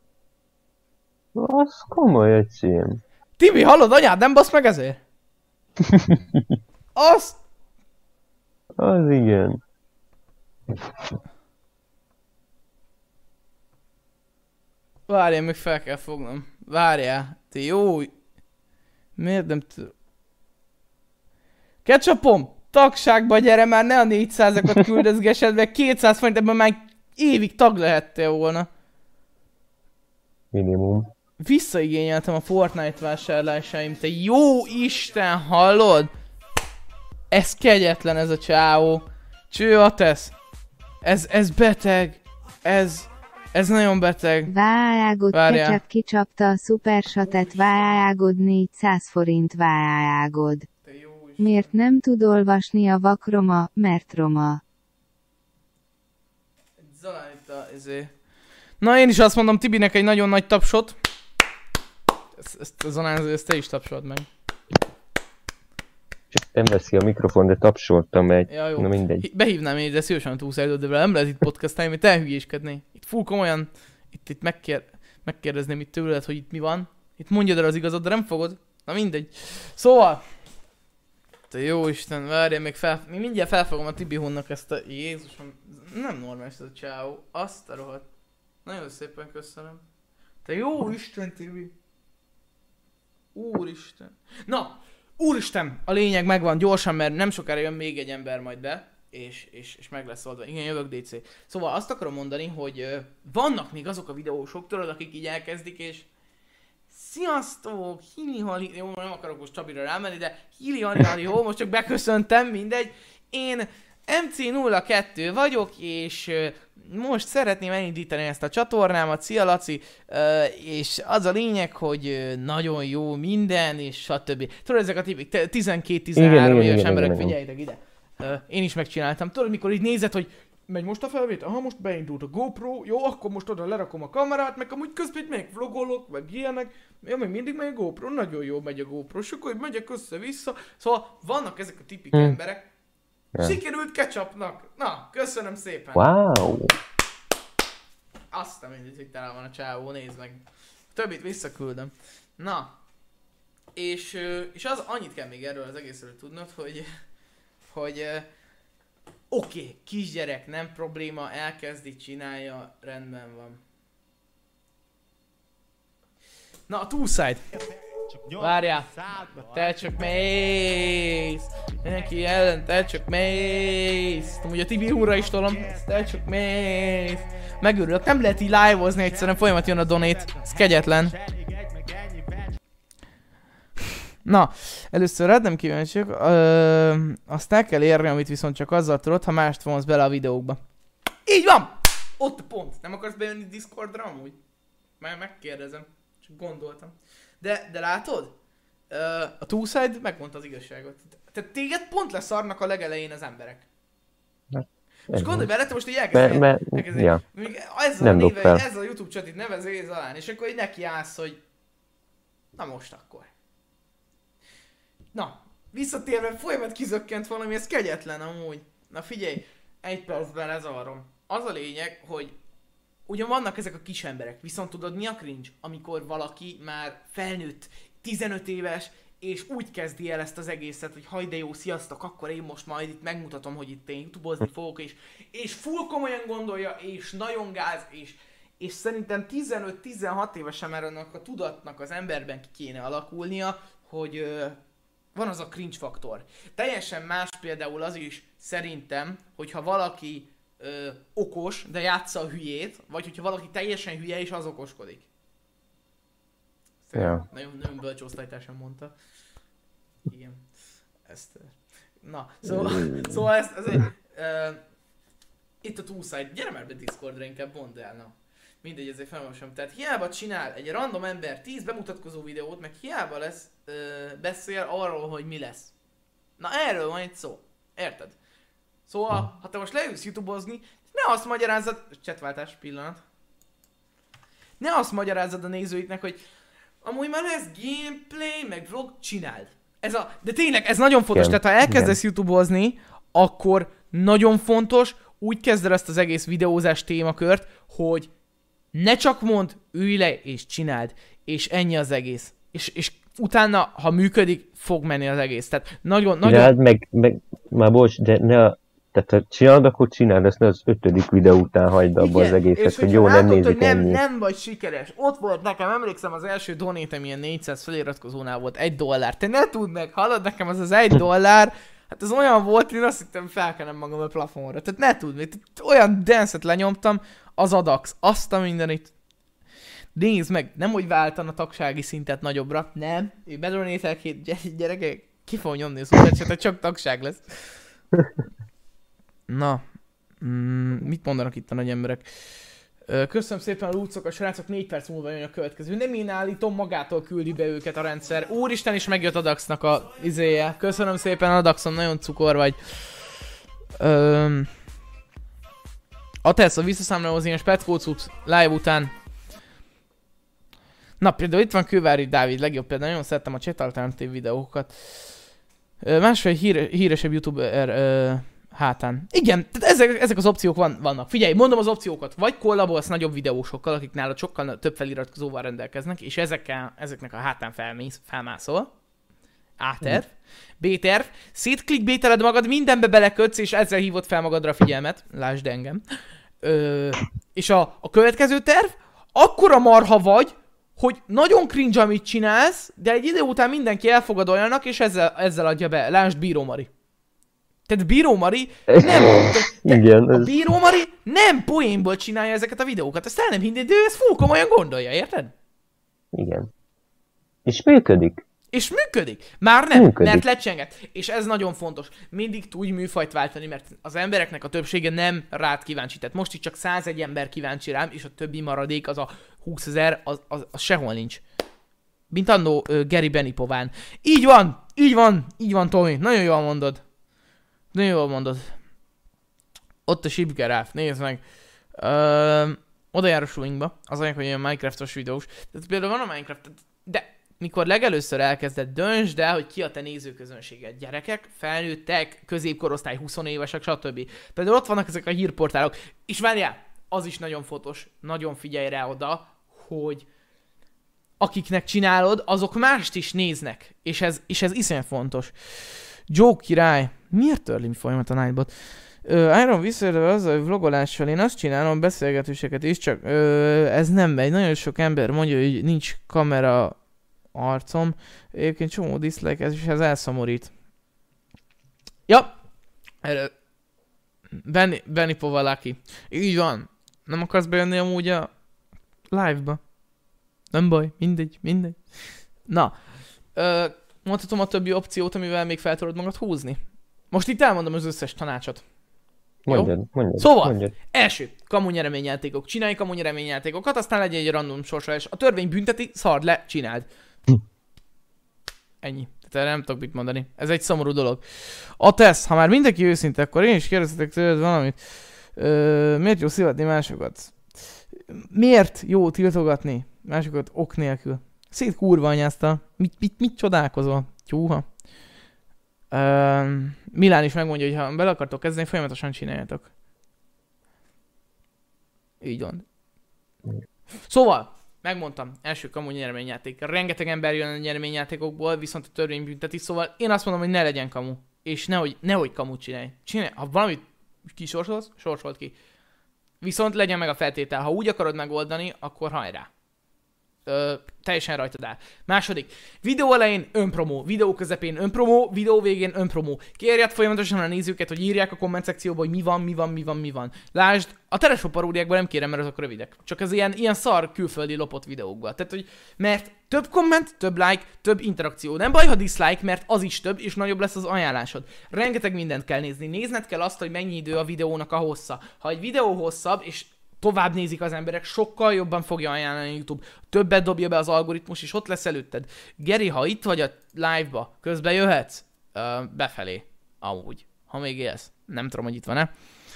Az komoly öcsém. Tibi, hallod, anyád, nem basz meg ezért? Az igen. Várjál, még fel kell fognom. Várjál, te jó... Miért nem tudom? Ketchupom! Tagságba gyere már, ne a 400-akat küldözgessed meg, 200 forint, ebben már évig tag lehettél volna. Minimum. Visszaigényeltem a Fortnite vásárlásaim, te jó Isten, hallod? Ez kegyetlen ez a csávó. Cső a tesz. Ez beteg. Ez nagyon beteg. Várágod Ketchup kicsapta a szupersatet. Várágod 400 forint. Várágod. Miért nem tud olvasni a vakroma, mert roma? Na én is azt mondom Tibinek egy nagyon nagy tapsot. Ezt te is tapsold meg. Csak nem veszi a mikrofon, de tapsoltam egy. Ja, jó. Na mindegy. Behívnám én, de szívesen a túlszállított, de nem lehet itt podcastálni, mert elhülyéskedni. Itt full komolyan, itt megkérdezném itt tőled, hogy itt mi van. Itt mondjad el az igazat, de nem fogod. Na mindegy. Szóval... Te jó Isten, várjál, még mindjárt felfogom a Tibi Hunnak ezt a... Jézusom, nem normális ez a csáó. Azt a rohadt. Nagyon szépen köszönöm. Te jó Isten, Tibi. Úristen. Na, úristen, a lényeg megvan gyorsan, mert nem sokára jön még egy ember majd be, és meg lesz oldva. Igen, jövök DC. Szóval azt akarom mondani, hogy vannak még azok a videósok, tudod, akik így elkezdik, és sziasztok, hili-hali, jó, nem akarok most Csabira rámenni, de hili-hali, jó, most csak beköszöntem, mindegy. Én MC02 vagyok, és most szeretném elindítani ezt a csatornámat, szia Laci, és az a lényeg, hogy nagyon jó minden, és stb. Tudod, ezek a tipik 12-13 éves emberek, figyeljétek ide. Én is megcsináltam. Tudod, mikor így nézed, hogy megy most a felvétel? Aha, most beindult a GoPro, jó, akkor most oda lerakom a kamerát, meg amúgy közben még vlogolok, meg ilyenek. Ja, még mindig megy a GoPro, nagyon jó megy a GoPro, és akkor megyek össze-vissza. Szóval vannak ezek a tipik emberek. Sikerült ketchupnak! Na, köszönöm szépen! Wow! Azt a mindegy, hogy tele van a csávó, nézd meg. Többit visszaküldöm. Na. És az annyit kell még erről az egészről tudnod, hogy oké, kisgyerek, nem probléma, elkezdi, csinálja, rendben van. Na, a Two-Side. Várjál, te csak mész. Mindenki ellen, te csak mész. Amúgy a Tibi úrra is tolom, te csak mész. Megőrülök, nem lehet így live-ozni egyszerűen, folyamat jön a donate. Ez kegyetlen. Na, először rád nem kíváncsiak. Azt el kell érni, amit viszont csak azzal tudod, ha mást vonsz bele a videókba. Így van! Ott a pont. Nem akarsz bejönni Discordra amúgy? Már megkérdezem. Csak gondoltam. De látod? A Two-Side megmondta az igazságot. Tehát téged pont leszarnak a legelején az emberek. És gondolj bele, te most így elkezdeni. Ja. Ezzel a YouTube csatit nevezés alán, és akkor így nekiállsz, hogy... Na most akkor. Na, visszatérve folyamat kizökkent valami, ez kegyetlen amúgy. Na figyelj, egy percben lezavarom. Az a lényeg, hogy ugyan vannak ezek a kis emberek, viszont tudod mi a cringe? Amikor valaki már felnőtt, 15 éves, és úgy kezdi el ezt az egészet, hogy haj de jó, sziasztok, akkor én most majd itt megmutatom, hogy itt én youtubozni fogok, és full komolyan gondolja, és nagyon gáz, és szerintem 15-16 évesen már annak a tudatnak az emberben ki kéne alakulnia, hogy van az a cringe faktor. Teljesen más például az is szerintem, hogyha valaki okos, de játsza a hülyét, vagy hogyha valaki teljesen hülye és az okoskodik. Ja. Nagyon bölcs osztálytársam mondta. Igen. Ezt... Na, szóval ez egy... itt a Two-Side. Gyere már be Discordra, inkább mondd el, na. Mindegy, ezért felolvasom. Tehát hiába csinál egy random ember 10 bemutatkozó videót, meg hiába beszél arról, hogy mi lesz. Na erről van itt szó. Érted? Szóval, ha te most leülsz YouTube-ozni, ne azt magyarázzad... Chatváltás, pillanat. Ne azt magyarázzad a nézőiknek, hogy amúgy már lesz gameplay, meg vlog, csináld. De tényleg, ez nagyon fontos. Tehát ha elkezdesz YouTube-ozni, akkor nagyon fontos, úgy kezded ezt az egész videózás témakört, hogy ne csak mondd, ülj le és csináld. És ennyi az egész. És utána, ha működik, fog menni az egész. Tehát nagyon... Csináld, meg már bocs, de ne... Tehát ha csinálod, akkor csináld, ezt ne az 5. videó után hagyd abba az egészet, hogy jó, nem nézik ennyi. Nem vagy sikeres. Ott volt nekem, emlékszem, az első donate-em ilyen 400 feliratkozónál volt $1. Te ne tudd meg, hallod nekem az $1, hát az olyan volt, én azt hittem felkenem magam a plafonra. Tehát ne tudd meg, olyan dance-et lenyomtam, az Adax, azt a mindenit. Nézd meg, nem hogy váltan a tagsági szintet nagyobbra, nem. Én bedonétel gyerekek, ki fogom nyomni a szupercsetet, csak tagság lesz. Na, mit mondanak itt a nagy emberek? Köszönöm szépen a lúcok, a srácok, 4 perc múlva jön a következő. Nem én állítom, magától küldi be őket a rendszer. Úristen, is megjött Adaxnak a izéje. Köszönöm szépen Adaxon, nagyon cukor vagy. Atesz, a visszaszámlálóhoz ilyen speckócuc live után. Na, például itt van Kővári Dávid, legjobb például, nagyon szerettem a Chat Alternatív videókat. Másfél híresebb youtuber hátán. Igen, tehát ezek az opciók vannak. Figyelj, mondom az opciókat. Vagy kollabolsz nagyobb videósokkal, akik nálad sokkal több feliratkozóval rendelkeznek, és ezeknek a hátán felmászol. A-terv. B-terv. Szétklikbételed magad, mindenbe belekötsz, és ezzel hívod fel magadra a figyelmet. Lásd engem. És a következő terv, akkora marha vagy, hogy nagyon cringe, amit csinálsz, de egy idő után mindenki elfogad olyannak, és ezzel adja be. Lásd Bíró Mari. Tehát Bíró Mari a Bíró Mari nem poénból csinálja ezeket a videókat. Ezt el nem hinnéd, de ő ezt full komolyan gondolja, érted? Igen. És működik. És működik. Már nem, mert lecsenget. És ez nagyon fontos. Mindig tudj műfajt váltani, mert az embereknek a többsége nem rád kíváncsi. Tehát most itt csak 101 ember kíváncsi rám, és a többi maradék, az a 20 000, az sehol nincs. Mint annó Gary Benipován. Így van, Tomi. Nagyon jól mondod. Ott a Shipgeráf, nézd meg. Oda jár a swingba. Az olyan, hogy ilyen Minecraftos videós. Tehát például van a Minecraft, de mikor legelőször elkezded, döntsd el, hogy ki a te nézőközönséged. Gyerekek, felnőttek, középkorosztály, 20 évesek, stb. Például ott vannak ezek a hírportálok. És várjál, az is nagyon fontos, nagyon figyelj rá oda, hogy akiknek csinálod, azok mást is néznek. És ez iszonyat fontos. Joe király. Miért törli mi folyamat a Nightbot? Iron visszaérve azzal, hogy vlogolással én azt csinálom, beszélgetéseket is, csak ez nem megy. Nagyon sok ember mondja, hogy nincs kamera arcom. Egyébként csomó dislike, és ez elszomorít. Ja! Benny Povalaki. Így van. Nem akarsz bejönni amúgy a live-ba? Nem baj, mindegy. Na. Mondhatom a többi opciót, amivel még fel tudod magad húzni. Most itt elmondom az összes tanácsot. Mondjad. Szóval, első, kamunyereményjátékok. Csinálj kamunyereményjátékokat, aztán legyen egy random sorsolás. A törvény bünteti, szard le, csináld. Ennyi. Tehát nem tudok mit mondani. Ez egy szomorú dolog. A tesz, ha már mindenki őszinte, akkor én is kérdeztetek tőled valamit. Miért jó szivatni másokat? Miért jó tiltogatni másokat ok nélkül? Szét kurva anyázta. Mit csodálkozol? Tyúha. Milán is megmondja, hogy ha bele akartok kezdeni, folyamatosan csináljátok. Így van. Szóval, megmondtam, első kamu nyereményjáték. Rengeteg ember jön a nyereményjátékokból, viszont a törvény bünteti, szóval én azt mondom, hogy ne legyen kamu. És nehogy kamut csinálj. Ha valamit kisorsolsz, sorsold ki. Viszont legyen meg a feltétel. Ha úgy akarod megoldani, akkor hajrá. Teljesen rajtad áll. Második. Videó elején önpromó, videó közepén önpromó, videó végén önpromó. Kérjed folyamatosan a nézőket, hogy írják a komment szekcióba, hogy mi van. Lásd, a Teleshop paródiákban nem kérem, mert azok rövidek. Csak az ilyen szar külföldi lopott videókban. Tehát, hogy mert több komment, több like, több interakció. Nem baj, ha dislike, mert az is több, és nagyobb lesz az ajánlásod. Rengeteg mindent kell nézni. Nézned kell azt, hogy mennyi idő a videónak a hossza. Ha egy videó hosszabb, és tovább nézik az emberek, sokkal jobban fogja ajánlani a YouTube. Többet dobja be az algoritmus, és ott lesz előtted. Geri, ha itt vagy a live-ba, közben jöhetsz befelé. Amúgy. Ha még élsz. Nem tudom, hogy itt van-e.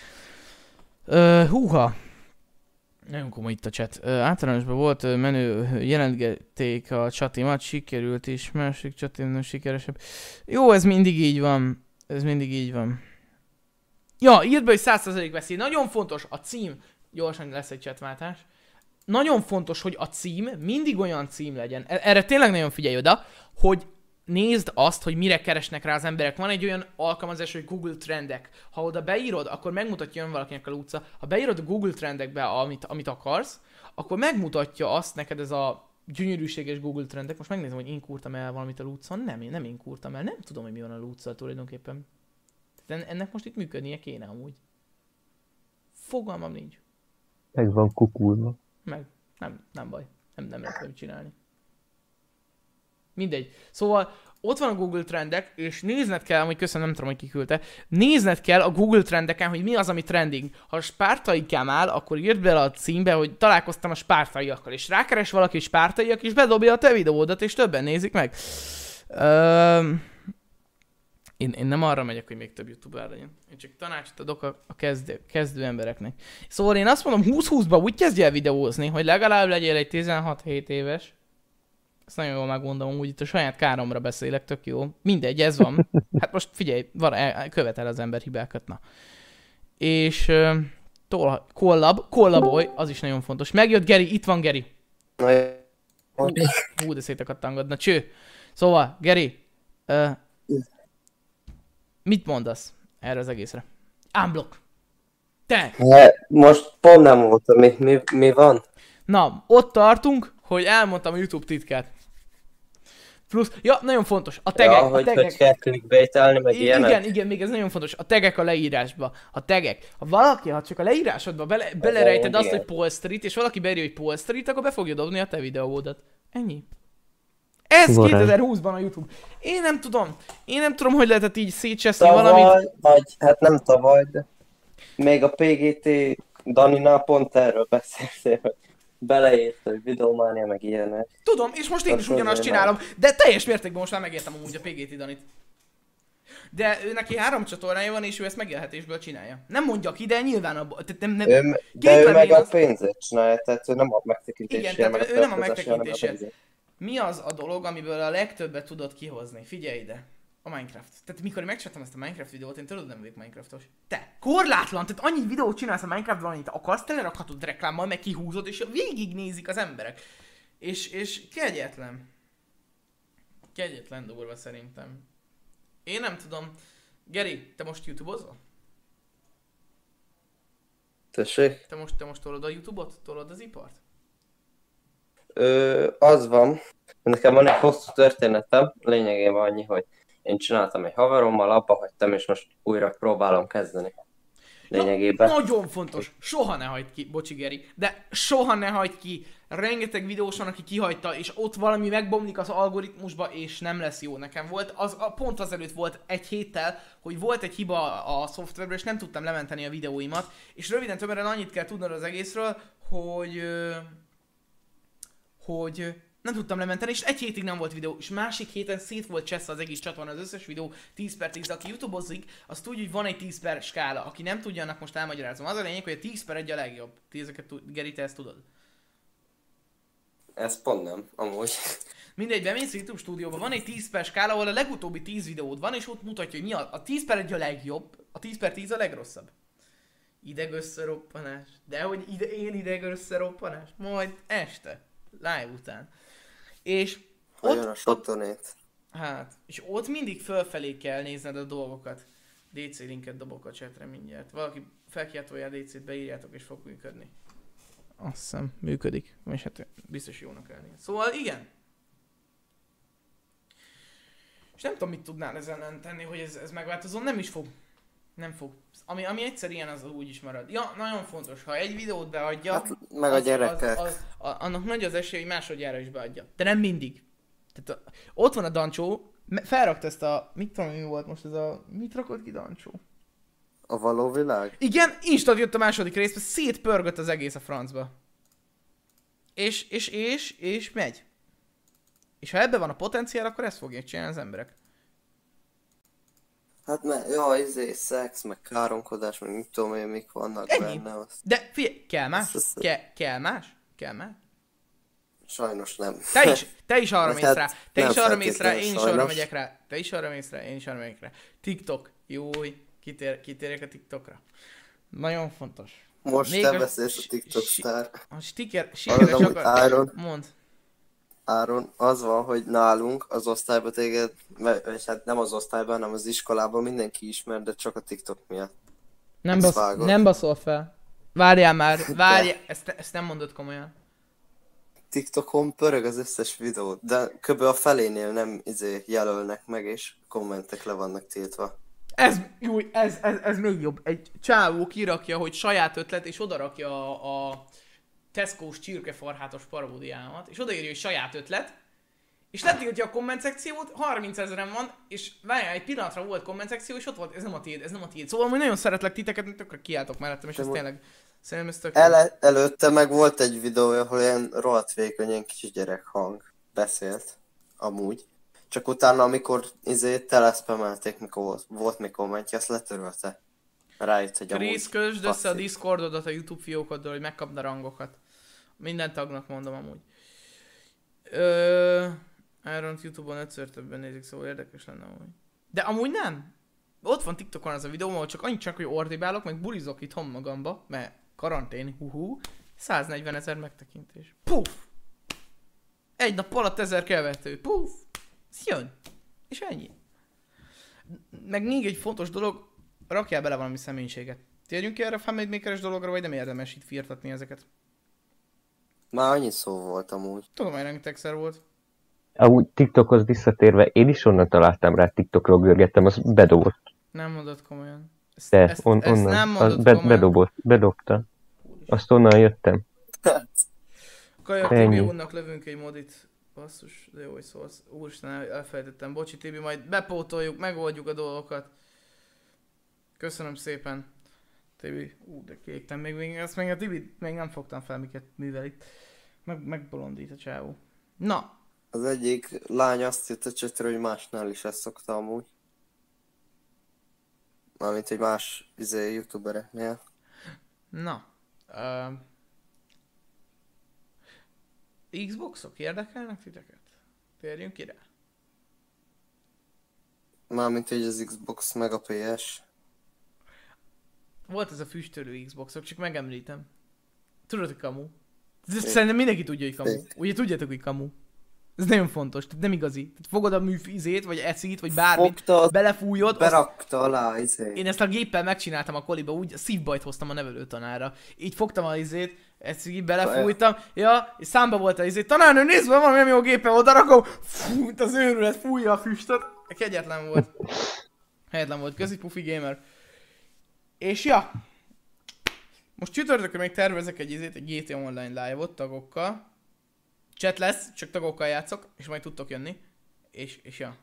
Húha. Nagyon komoly itt a chat. Általánosban volt menő, jelentgették a csatimat, sikerült is. Másik csatim sikeresebb. Jó, ez mindig így van. Ja, írd be, hogy 100% veszély. Nagyon fontos a cím. Gyorsan lesz egy chatváltás. Nagyon fontos, hogy a cím mindig olyan cím legyen. Erre tényleg nagyon figyelj oda, hogy nézd azt, hogy mire keresnek rá az emberek. Van egy olyan alkalmazás, hogy Google Trendek. Ha oda beírod, akkor megmutatja jön valakinek a utca. Ha beírod a Google Trendekbe, amit akarsz, akkor megmutatja azt neked ez a gyönyörűséges Google Trendek. Most megnézem, hogy én kúrtam el valamit a Lúcon. Nem én kúrtam el. Nem tudom, hogy mi van a Lúccal tulajdonképpen. Ennek most itt működnie kéne amúgy. Fogalmam nincs. Meg van kukulva. Meg. Nem baj. Nem lehet mit csinálni. Mindegy. Szóval ott van a Google Trendek, és nézned kell, hogy köszönöm, nem tudom, hogy kiküldte. Nézned kell a Google Trendeken, hogy mi az, ami trending. Ha a spártai áll, akkor írd bele a címbe, hogy találkoztam a spártaiakkal, és rákeres valaki spártaiak, és bedobja a te videódat, és többen nézik meg. Én nem arra megyek, hogy még több youtuber legyen. Én csak tanácsot adok a kezdő embereknek. Szóval én azt mondom, 20-20-ba úgy kezdj el videózni, hogy legalább legyél egy 16-7 éves. Ezt nagyon jól megmondom, úgy itt a saját káromra beszélek, tök jó. Mindegy, ez van. Hát most figyelj, követel az ember hibákat, na. És kollaboly, az is nagyon fontos. Megjött Geri, itt van Geri. Hú, de szétakadtam enged. Na cső. Szóval, Geri, mit mondasz erre az egészre? Unblock. Te! Most pont nem voltam, mi van? Na, ott tartunk, hogy elmondtam a YouTube titkát. Plusz, ja, nagyon fontos, a tegek. Ja, hogy kell clickbaitelni, meg ilyenek. Igen, még ez nagyon fontos, a tegek a leírásba. A tegek. Ha csak a leírásodba belerejted azt, hogy Paul Street, és valaki beírja, hogy Paul Street, akkor be fogja dobni a te videódat. Ennyi. Ez 2020-ban a YouTube. Én nem tudom, hogy lehetett így szétcseszni valamit. Hát nem tavaly, de még a PGT Daninál pont erről beszéltél, hogy beleért, hogy videománia, meg ilyenek. Tudom, és most én is ugyanazt csinálom, de teljes mértékben most már megértem amúgy a PGT Danit. De ő neki 3 csatornája van, és ő ezt megélhetésből csinálja. Nem mondja ki, de nyilván abban... De ő meg a pénzért csinálja, tehát ő nem a megtekintésért. Igen, tehát ő nem a megtekintésért. Mi az a dolog, amiből a legtöbbet tudod kihozni? Figyelj ide. A Minecraft. Tehát mikor én megcsináltam ezt a Minecraft videót, én tudod, nem vagyok Minecraftos. Te, korlátlan, tehát annyi videót csinálsz a Minecraftban, amit akarsz, telerakhatod reklámmal, meg kihúzod, és végignézik az emberek. És kegyetlen. Kegyetlen durva szerintem. Én nem tudom. Geri, te most YouTube-ozol? Tessék? Te most tolod a YouTube-ot? Tolod az ipart? Az van. Nekem van egy hosszú történetem, lényegében annyi, hogy én csináltam egy haverommal, abba hagytam, és most újra próbálom kezdeni. Lényegében. Nagyon fontos, soha ne hagyd ki, bocsi Geri, de soha ne hagyd ki. Rengeteg videós van, aki kihagyta, és ott valami megbomlik az algoritmusba, és nem lesz jó. Nekem volt, pont azelőtt volt egy héttel, hogy volt egy hiba a szoftverből, és nem tudtam lementeni a videóimat, és röviden többen annyit kell tudnod az egészről, hogy nem tudtam lementeni, és egy hétig nem volt videó, és másik héten szét volt cseszve az egész csatorna, az összes videó 10/10, aki YouTube-ozik, az tudja, hogy van egy 10 per skála. Aki nem tudja, annak most elmagyarázom. Az a lényeg, hogy a 10/1 a legjobb. Ti ezeket, Geri, te ezt tudod? Ez pont nem, amúgy. Mindegy, bemész a YouTube stúdióba, van egy 10 per skála, ahol a legutóbbi 10 videód van, és ott mutatja, hogy mi a 10/1 a legjobb, a 10/10 a legrosszabb. Ideg összeroppanás. Dehogy én ideg összeroppanás? Majd este. Live után. És ott... Hát, és ott mindig fölfelé kell nézned a dolgokat. DC linket dobok a chatre mindjárt. Valaki felkiáltója a DC-t, beírjátok és fog működni. Azt hiszem, működik. És hát biztos jónak elnéz. Szóval igen. És nem tudom, mit tudnál ezen tenni, hogy ez megváltozon. Nem is fog. Nem fog. Ami egyszer ilyen, az úgy is marad. Ja, nagyon fontos, ha egy videót beadja, hát, meg a gyerekek. Annak nagy az esély, hogy másodjára is beadja. De nem mindig. Tehát ott van a Dancsó, felrakta ezt a... Mit tudom, mi volt most ez a... Mit rakott ki Dancsó? A való világ? Igen, instant jött a második részbe, szétpörgött az egész a francba. És megy. És ha ebben van a potenciál, akkor ezt fogják csinálni az emberek. Hát szex, meg káromkodás, meg mit tudom én, mik vannak benne. Azt... De figyelj, kell más? Kell más? Kell más? Sajnos nem. Te is arra mész rá. Te is arra mész rá, én is arra megyek rá. Te is arra mész rá, én is arra megyek rá. TikTok. Jój, kitérjek a TikTokra. Nagyon fontos. Most még te beszélsz a TikTok sztár. A sikeres akar... Mondd. Áron, az van, hogy nálunk az osztályban téged, vagy hát nem az osztályban, hanem az iskolában mindenki ismer, de csak a TikTok miatt. Nem baszol fel. Várjál már, ezt nem mondod komolyan. TikTokon pörög az összes videót, de kb. A felénél nem jelölnek meg, és kommentek le vannak tiltva. Ez még jobb. Egy csávó kirakja, hogy saját ötlet, és odarakja a Tesco-s csirkefarhátos paródiámat, és odaírja, hogy saját ötlet, és letiltja a komment szekciót, 30 000-en van, és várjál, egy pillanatra volt komment szekció, és ott volt, ez nem a tiéd. Szóval, hogy nagyon szeretlek titeket, tökre kiálltok mellettem, és ez tényleg, szerintem ez tök előtte meg volt egy videó, ahol ilyen rohadt vékony, ilyen kis gyerek hang beszélt, amúgy. Csak utána, amikor teleszpemelték, mikor volt még kommentje, azt letörölte. Rájött, hogy Krisz, közsd össze a Discordodat a YouTube fiókoddal, hogy megkapd a rangokat. Minden tagnak mondom amúgy. Iron-t YouTube-on 5-ször többen nézik, szóval érdekes lenne amúgy. De amúgy nem. Ott van TikTokon az a videóm, ahol csak annyit csak, hogy ordibálok, meg bulizok itthon magamba, mert karantén, 140 000 megtekintés. Puff! Egy nap alatt 1000 követő. Puff! Ez jön. És ennyi. Meg még egy fontos dolog, rakjál bele valami személyiséget. Térjünk ki erre a Fanmade Maker-es dologra, vagy nem érdemes itt firtatni ezeket? Már annyi szó volt amúgy. Tudom, hogy rengetegszer volt. Amúgy TikTokhoz visszatérve, én is onnan találtam rá, TikTokról görgettem, az bedobott. Nem mondod komolyan. Ezt nem mondod komolyan. Bedobta. Azt onnan jöttem. Kaja Tibi úrnak lövünk egy modit. Basszus, de jó, hogy szólsz. Úristen, elfelejtettem. Bocsi Tibi, majd bepótoljuk, megoldjuk a dolgokat. Köszönöm szépen. Tibi, de kiégtem még ezt még a Tibi még nem fogtam fel, miket művel itt. Megbolondít a csávó. Na. Az egyik lány azt írt a csetre, hogy másnál is ezt szokta amúgy. Mármint egy más youtubereknél. Na. Xboxok érdekelnek titeket? Térjünk ki rá. Mármint hogy az Xbox meg a PS. Volt ez a füstölő Xboxok, csak megemlítem. Tudod, hogy kamu? Szerintem mindenki tudja, hogy kamu. Ugye tudjátok, hogy kamu? Ez nagyon fontos, tehát nem igazi. Tehát fogod a műfizét, vagy ecit, vagy bármit, belefújod. Berakta alá izét. Én ezt a géppel megcsináltam a koliba, úgy szívbajt hoztam a nevelőtanára. Így fogtam a izét, ecit, belefújtam, ja, és számba volt a izét. Tanárnő, nézd be, valami nem jó gépen oda rakom. Fú, mint az őrület, fújja a füstöt. Kegyetlen volt. Helyetlen volt, közi Pufi Gamer. És ja. Most csütörtökön még tervezek egy GTA Online live-ot tagokkal. Chat lesz, csak tagokkal játszok, és majd tudtok jönni. És ja.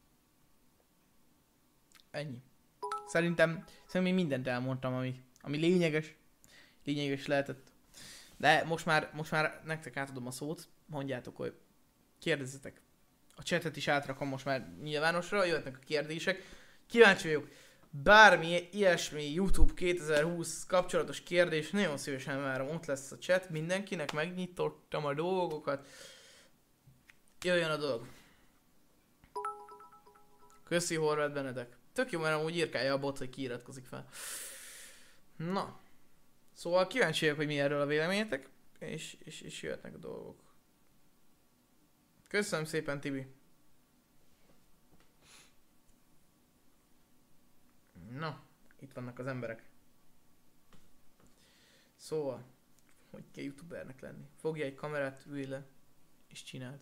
Ennyi. Szerintem még mindent elmondtam, ami lényeges lehetett. De most már nektek átadom a szót, mondjátok, hogy kérdezzetek. A chatet is átrakom most már nyilvánosra, jöhetnek a kérdések. Kíváncsi vagyok. Bármi ilyesmi YouTube 2020 kapcsolatos kérdés, nagyon szívesen várom, ott lesz a chat mindenkinek, megnyitottam a dolgokat. Jöjjön a dolog. Köszi Horváth Benedek. Tök jó, mert amúgy írkálja a bot, hogy kiiratkozik fel. Na. Szóval kíváncsi vagyok, hogy mi erről a véleményetek, és jöhetnek a dolgok. Köszönöm szépen, Tibi. Na, itt vannak az emberek. Szóval, hogy kell youtubernek lenni? Fogja egy kamerát, ülj le, és csináld.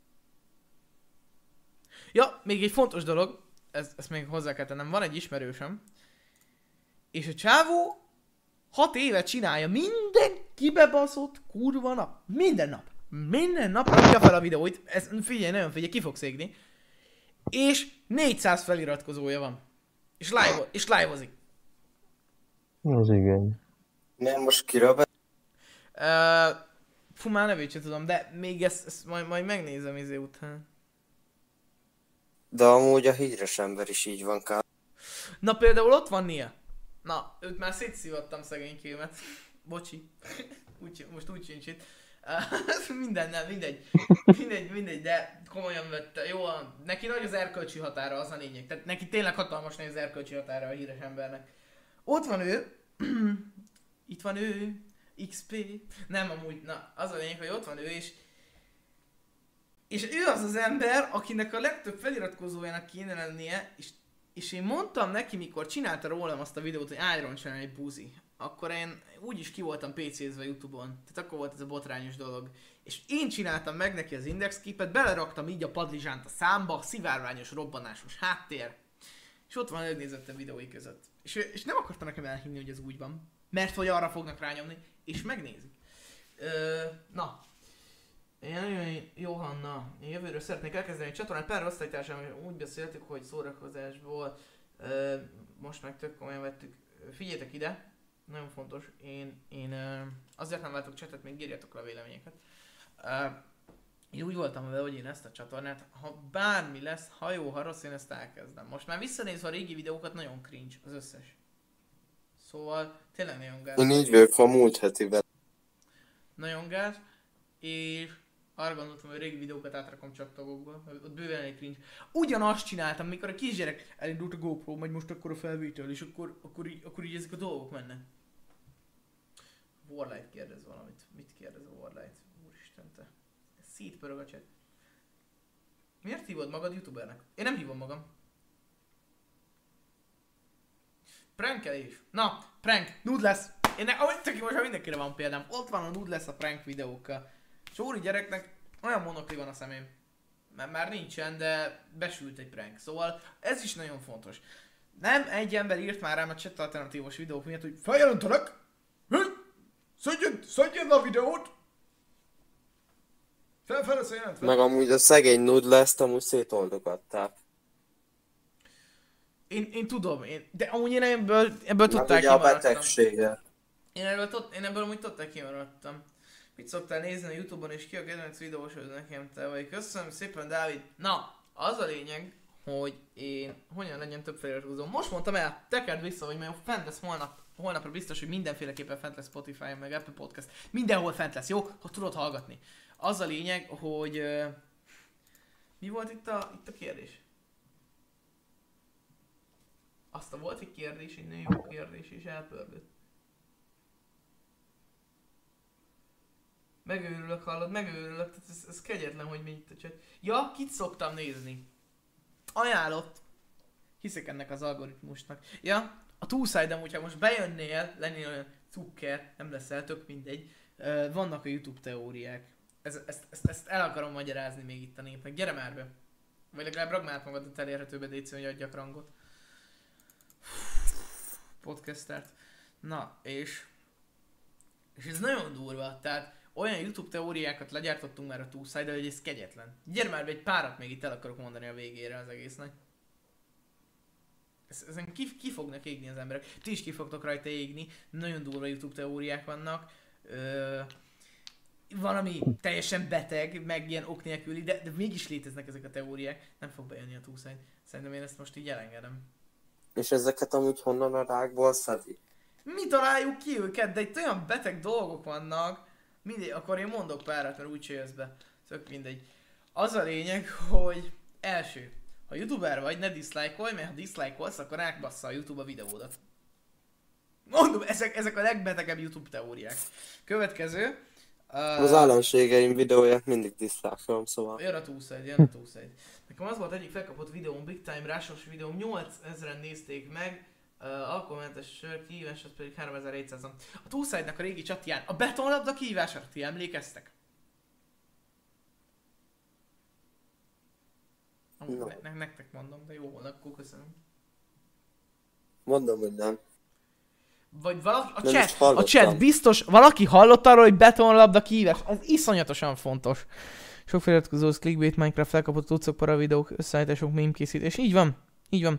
Ja, még egy fontos dolog, ezt még hozzá kell tennem, van egy ismerősöm, és a csávó 6 éve csinálja mindenki bebaszott kurva nap. Minden nap rakja fel a videóit, figyelj, nagyon figyelj, ki fogsz égni. És 400 feliratkozója van. És live-ozik. Az igen. Nem, most kiről be? Fú, már nevét sem tudom, de még ezt majd megnézem izé után. De amúgy a híres ember is így van kár. Na például ott van Nia. Na, őt már szétszívattam szegénykémet. Bocsi. Most úgy sincs itt. Mindegy, de komolyan vette. Jó, neki nagy az erkölcsi határa, az a lényeg. Tehát neki tényleg hatalmas nagy az erkölcsi határa a híres embernek. Ott van ő. Itt van ő. XP. Nem amúgy, na, az a lényeg, hogy ott van ő, és ő az az ember, akinek a legtöbb feliratkozójának kéne lennie, és én mondtam neki, mikor csinálta rólam azt a videót, hogy Iron Channel egy buzi. Akkor én úgyis ki voltam PC-zve YouTube-on. Tehát akkor volt ez a botrányos dolog. És én csináltam meg neki az indexképet, beleraktam így a padlizsánt a számba, szivárványos, robbanásos háttér. És ott van a legnézettebb videói között. És nem akartam nekem elhinni, hogy ez úgy van. Mert hogy arra fognak rányomni, és megnézik. Na. Johanna, én jövőről szeretnék elkezdeni egy csatornát. Pár osztálytársam úgy beszéltük, hogy szórakozásból most meg tök komolyan vettük. Figyeljetek ide, nagyon fontos, én azért nem látok csatot, még írjatok le a véleményeket. Én úgy voltam vele, hogy én ezt a csatornát, ha bármi lesz, ha jó, ha rossz, én ezt elkezdem. Most már visszanézve a régi videókat, nagyon cringe az összes. Szóval tényleg nagyon gáz. Én így vagyok a múlt hetiben. Nagyon gáz, és Arra gondoltam, hogy régi videókat átrakom csak tagokba, ott bőven egy cringe. Ugyanazt csináltam, mikor a kisgyerek elindult a GoPro, majd most akkor a felvétel, és akkor így ezek a dolgok mennek. Warlight kérdez valamit. Mit kérdez a Warlight? Úristen te. Szétpörög a chat. Miért hívod magad youtubernek? Én nem hívom magam. Prankelés. Na, prank. Nude lesz. Ahogy tök most mindenkire van példám. Ott van a nude lesz a prank videókkal. Sóri gyereknek olyan monokli van a szemém. Mert már nincsen, de besült egy prank. Szóval ez is nagyon fontos. Nem egy ember írt már rám a chat alternatívos videók miatt, hogy feljelentelek! Szedjen a videót! Fel lesz jelentve. Meg amúgy a szegény nude lesz, amúgy szétoldogatták. Én tudom, de amúgy én ebből tudták kimaradtam. A betegsége. Én ebből amúgy tudták kimaradtam. Mit szoktál nézni a Youtube-on, és ki a kedvenc videósod nekem te vagy? Köszönöm szépen, Dávid. Na, az a lényeg, hogy én hogyan legyen több feliratkozó. Most mondtam el, tekerd vissza, hogy majd fent lesz holnapra biztos, hogy mindenféleképpen fent lesz Spotify-on, meg Apple Podcast. Mindenhol fent lesz, jó? Ha tudod hallgatni. Az a lényeg, hogy... mi volt itt a kérdés? Aztán volt egy kérdés, egy nagyon jó kérdés, és elpörgött. Megőrülök, hallod? Megőrülök, tehát ez kegyetlen, hogy mi itt a chat. Ja, kit szoktam nézni? Ajánlott. Hiszek ennek az algoritmusnak. Ja, a Two-Side-em, hogyha most bejönnél, lennél olyan cukker, nem leszel, tök mindegy. Vannak a YouTube teóriák. Ezt el akarom magyarázni még itt a népnek. Gyere már be! Vagy legalább ragd már magadat elérhetőbe, Déci, hogy adjak rangot. Podcastert. Na, és ez nagyon durva, tehát olyan YouTube teóriákat legyártottunk már a Two-Side-del, hogy ez kegyetlen. Gyere már be, egy párat még itt el akarok mondani a végére az egésznek. Ezen ki fognak égni az emberek. Ti is ki fogtok rajta égni. Nagyon durva YouTube teóriák vannak. Valami teljesen beteg, meg ilyen ok nélküli, de mégis léteznek ezek a teóriák. Nem fog bejönni a Two-Side. Szerintem én ezt most így elengedem. És ezeket amúgy honnan a rákból szedi? Mi találjuk ki őket, de itt olyan beteg dolgok vannak. Mindegy, akkor én mondok párat, mert úgyse jössz be. Tök mindegy. Az a lényeg, hogy első. Ha youtuber vagy, ne dislike-olj, mert ha dislike-olsz, akkor rákbassza a YouTube a videódat. Mondom, ezek a legbetegebb YouTube teóriák. Következő. Az ellenségeim videóját mindig diszlákolom, szóval. Jön a Two-Side. Nekem az volt egyik felkapott videóm, Big Time Rush-os videóm, 8000-en nézték meg. Alkoholmentes sör kihívását pedig 3700-an. A Two-Side-nak a régi csatján a betonlabda kihívására ti emlékeztek? No. Nektek mondom, de jó, akkor köszönöm. Mondom, hogy nem. Vagy valaki, a chat biztos, valaki hallott arról, hogy betonlabda kihívás. Ez iszonyatosan fontos. Sok feliratkozó, clickbait, Minecraft felkapott tucok, paravideók, összeállítások, meme készítés. Így van, így van.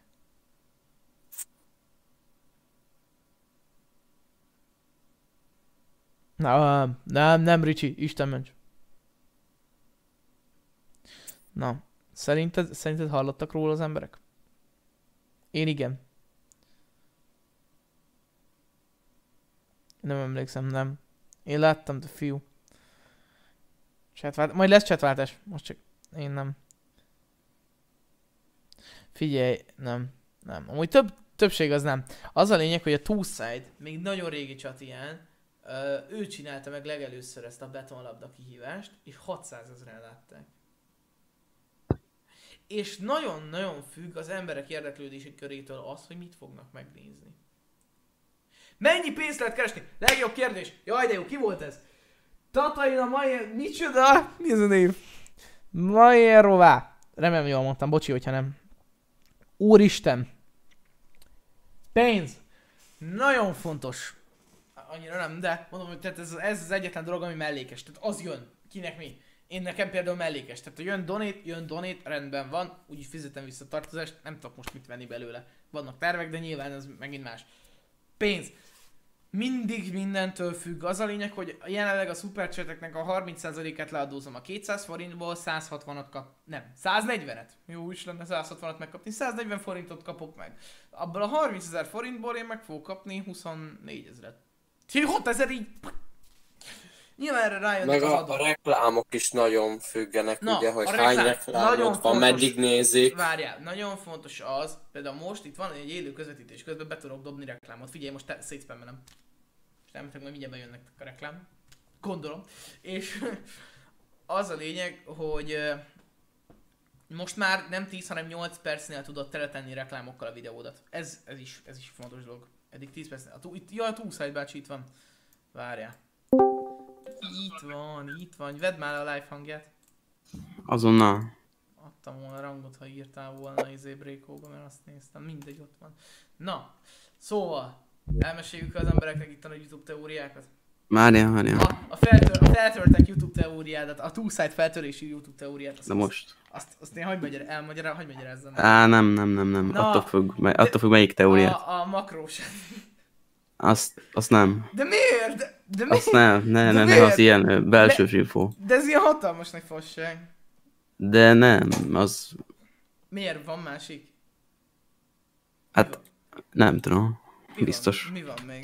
Na, nem Ricsi, Isten ments. Na, szerinted hallottak róla az emberek? Én igen. Nem emlékszem, nem. Én láttam, de fiú. Majd lesz chatváltás. Most csak én nem. Figyelj, nem. Amúgy többség az nem. Az a lényeg, hogy a Two-Side, még nagyon régi csatiján, ő csinálta meg legelőször ezt a betonlabda kihívást, és 600 000-en látták. És nagyon-nagyon függ az emberek érdeklődési körétől az, hogy mit fognak megnézni. Mennyi pénzt lehet keresni? Legjobb kérdés! Jaj, de jó, ki volt ez? Tatalina Majer... Micsoda? Mi ez a név? Majerová. Remélem jól mondtam, bocsi, hogyha nem. Úristen! Pénz! Nagyon fontos. Annyira nem, de mondom, hogy tehát ez az egyetlen dolog, ami mellékes. Tehát az jön. Kinek mi? Én nekem például mellékes. Tehát ha jön donate, rendben van. Úgyis fizetem vissza a tartozást, nem tudok most mit venni belőle. Vannak tervek, de nyilván ez megint más. Pénz. Mindig mindentől függ. Az a lényeg, hogy jelenleg a szupercsateknek a 30%-át leadózom a 200 forintból, 160-at kap... Nem, 140-et. Jó is lenne 160-at megkapni, 140 forintot kapok meg. Abból a 30 000 forintból én meg fogok kapni 24 000-et. 6 000 így... Nyilván erre rájönnek meg az a adók. reklámok is nagyon függenek, Na, ugye, hogy a hány nagyon reklámot van, fontos. meddig nézik. Várjál, nagyon fontos az, például most itt van egy élő közvetítés közben be tudok dobni reklámot. Figyelj, most szétszpammelem. És elméletileg majd mindjárt bejönnek a reklám. Gondolom. És az a lényeg, hogy most már nem 10, hanem 8 percnél tudod teletenni reklámokkal a videódat. Ez is fontos dolog. Eddig 10 percnél. A Túlszáj bácsi itt van. Várjál. Itt van. Vedd már a live hangját. Azonnal. Adtam volna rangot, ha írtál volna Brékóba, mert azt néztem. Mindegy, ott van. Na, szóval, elmeséljük az embereknek itt a YouTube teóriákat. Várjál. A feltörtek YouTube teóriádat, a Túlszáj feltörési YouTube teóriát. De most. Azt én hagyj magyarázzam. Nem. Na, attól függ melyik teóriát. A makrós. Azt nem. De miért? De miért? Azt nem, az ilyen belsős info. De ez ilyen hatalmas nagy fasság. De nem, az... Miért van másik? Hát, nem tudom. Biztos. Mi van még?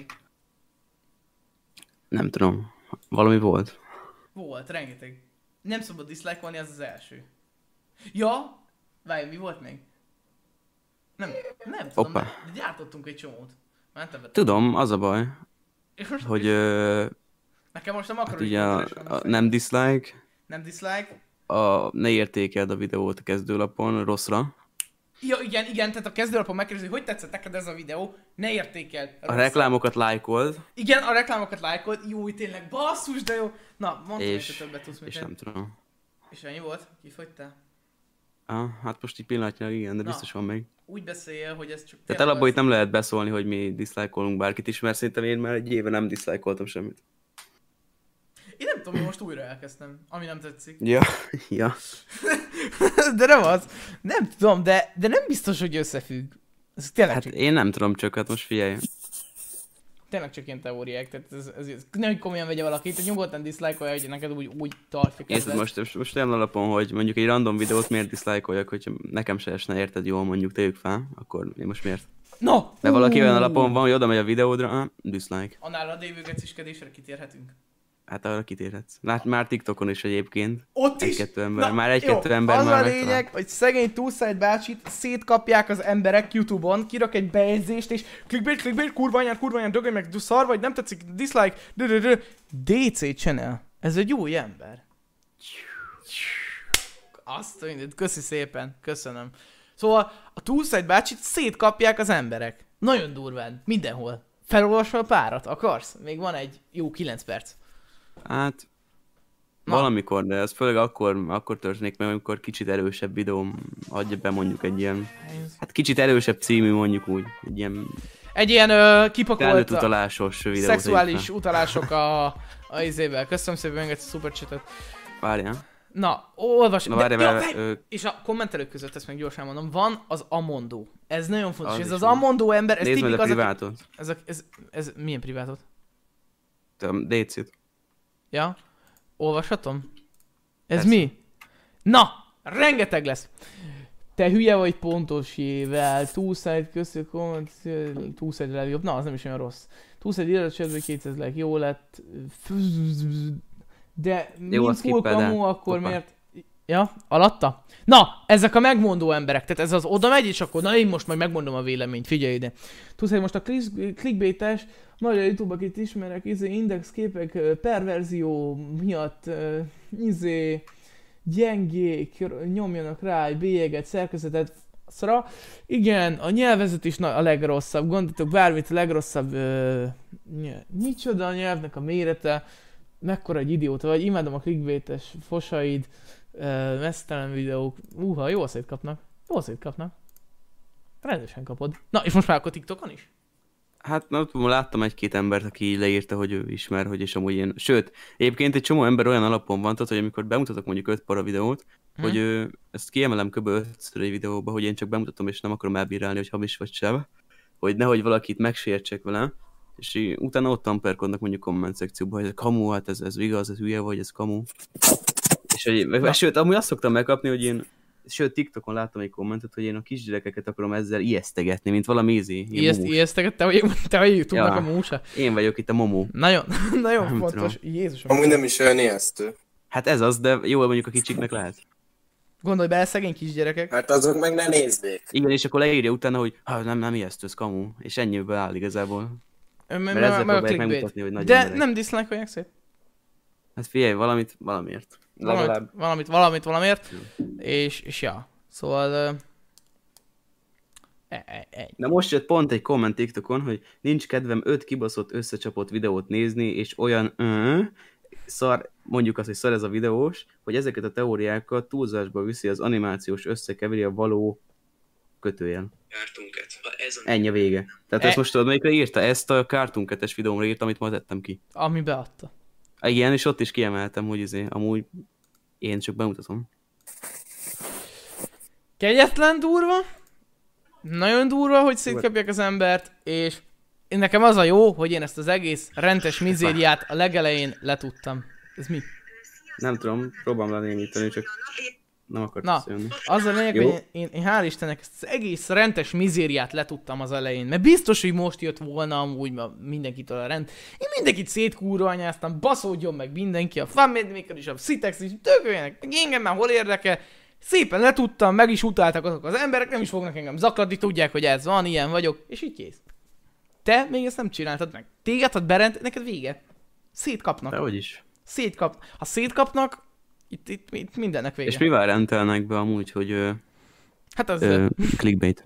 Nem tudom. Valami volt. Volt, rengeteg. Nem szabad dislike-olni, az az első. Ja? Várj, mi volt még? Nem tudom, de gyártottunk egy csomót. Tudom, az a baj, hogy... Nekem most a makro ugye nem dislike. Nem dislike. Ne értékeld a videót a kezdőlapon rosszra. Ja, igen, tehát a kezdőlapon megkérdezi, hogy tetszett neked ez a videó, ne értékeld. A reklámokat lájkold. Igen, a reklámokat lájkold. Jó, tényleg, basszus, de jó. Na, mondtam, hogy te többet tudsz, mint és nem tudom. És ennyi volt? Kifogytál? Hát most így pillanatnyilag igen, de biztos van még. Úgy beszél, hogy ez csak... Tehát alapból itt nem lehet beszólni, hogy mi diszlájkolunk bárkit is, mert szerintem én már egy éve nem diszlájkoltam semmit. Én nem tudom, most újra elkezdtem, ami nem tetszik. Ja. De nem az. Nem tudom, de nem biztos, hogy összefügg. Ez tényleg hát csak... én nem tudom, csak hát most figyelj. Tényleg csak ilyen teóriák, tehát ez nem komolyan vegye valaki, tehát nyugodtan diszlájkolja, hogy neked úgy tartja kedved. Most olyan alapon, hogy mondjuk egy random videót miért diszlájkoljak, hogyha nekem se esne, érted jól, mondjuk tegyük fel, akkor én most miért? No! De valaki olyan alapon van, hogy oda megy a videódra, dislike. Annál a dévőgeciskedésre kitérhetünk. Hát arra kitérhetsz. Már TikTokon is egyébként. Ott is? Egy-kettő ember. Már egy-kettő ember már az a lényeg, hogy szegény Túlszáj bácsit szétkapják az emberek YouTube-on, kirak egy bejegyzést, és clickbait, kurva anyád, dögölj meg, szar vagy, nem tetszik, dislike, DC Channel. Ez egy új ember. Azt mindent, köszi szépen, köszönöm. Szóval a Túlszáj bácsit szétkapják az emberek. Nagyon durván, mindenhol. Felolvasol párat, akarsz? Még van egy jó 9 perc. Hát, valamikor, de ez főleg akkor történik meg, amikor kicsit erősebb videóm adja be mondjuk egy ilyen, hát kicsit erősebb című mondjuk úgy, egy ilyen kipakolt utalásos videó. Szexuális utalások a izével. Köszönöm szépen még egy szupercsatet. Várjál. Na, olvasd. Várjál. És a kommentelők között, ezt meg gyorsan mondom, van az Amondo. Ez nagyon fontos. Ez az van. Amondo ember, ez nézd tipik meg a privátot. Ez milyen privátot? DC-t. Ja? Olvashatom? Ez persze. mi? Na! Rengeteg lesz! Te hülye vagy Pontosével, Túlszájt köszönjük, komment, Túlszájt legjobb. Na, az nem is olyan rossz. Túlszájt iratot 200 like, jó lett. De mint full kamu, akkor miért... Ja, alatta? Na, ezek a megmondó emberek, tehát ez az oda megy, és akkor na én most majd megmondom a véleményt, figyelj ide. Tudsz, hogy most a clickbaites magyar YouTube, akit ismerek, index képek, perverzió miatt, gyengék, nyomjanak rá egy bélyeget, szerkezetet, szara. Igen, a nyelvezet is a legrosszabb, gondoltok bármit, a legrosszabb, micsoda a nyelvnek a mérete, mekkora egy idióta vagy, imádom a clickbaites fosaid, mesztelen videók, jól szétkapnak. Rendesen kapod. Na, és most már akkor TikTokon is? Hát láttam egy-két embert, aki leírta, hogy ő ismer, hogy és amúgy ilyen... Sőt, egyébként egy csomó ember olyan alapon van, hogy amikor bemutatok mondjuk 5 para videót, hogy ezt kiemelem kb. 5-ször egy videóba, hogy én csak bemutatom és nem akarom elbírálni, hogy hamis vagy sem, hogy nehogy valakit megsértsek vele, és utána ott amperkodnak mondjuk komment szekcióban, hogy ez kamu, hát ez igaz, ez hülye vagy, ez kamu. És sőt, amúgy azt szoktam megkapni, hogy én Sőt, TikTokon láttam egy kommentet, hogy én a kisgyerekeket akarom ezzel ijesztegetni, mint valami Ijeszteget? Te vagy YouTube-nak a músa? Én vagyok itt a momó. Nagyon fontos. Jézusom. Amúgy nem is olyan ijesztő. Hát ez az, de jó, mondjuk a kicsiknek lehet. Gondolj bele, szegény kisgyerekek. Hát azok meg ne nézzék. Igen, és akkor leírja utána, hogy nem ijesztő, ez kamu. És ennyiből áll igazából. Mert ezzel próbálják megmutatni, hogy nagy de emberek. Nem dislike-olják szét. Hát figyelj, valamiért. Valamiért. És ja. Szóval... Na most jött pont egy komment TikTokon, hogy nincs kedvem 5 kibaszott összecsapott videót nézni, és olyan szar, mondjuk azt, hogy szar ez a videós, hogy ezeket a teóriákat túlzásba viszi az animációs összekeveri a való kötőjel. Ennyi a vége. Tehát ezt most tudod, melyikre írta? Ezt a Cartoon 2-es videómra írta, amit ma tettem ki. Ami beadta. Igen, és ott is kiemeltem, hogy amúgy én csak bemutatom. Kegyetlen durva. Nagyon durva, hogy szétkapják az embert, és nekem az a jó, hogy én ezt az egész rentes mizériát a legelején letudtam. Ez mi? Nem tudom, próbálom lenémítani, csak nem akartam szólni. Az a lényeg, hogy én hál' Istennek ezt az egész rentes mizériát letudtam az elején, mert biztos, hogy most jött volna amúgy mindenkitől a rend. Én mindenkit szétkúrványáztam, baszódjon meg mindenki, a Funmade is, a Citex is, tököljenek, meg engem már hol érdekel. Szépen letudtam, meg is utáltak azok az emberek, nem is fognak engem zaklatni, tudják, hogy ez van, ilyen vagyok, és így kész. Te még ezt nem csináltad meg. Téged, ha berend, neked vége. Szétkapnak. Dehogy is. Ha szétkapnak, itt mindennek vége. És mivel rendelnek be amúgy, hogy hát az clickbait.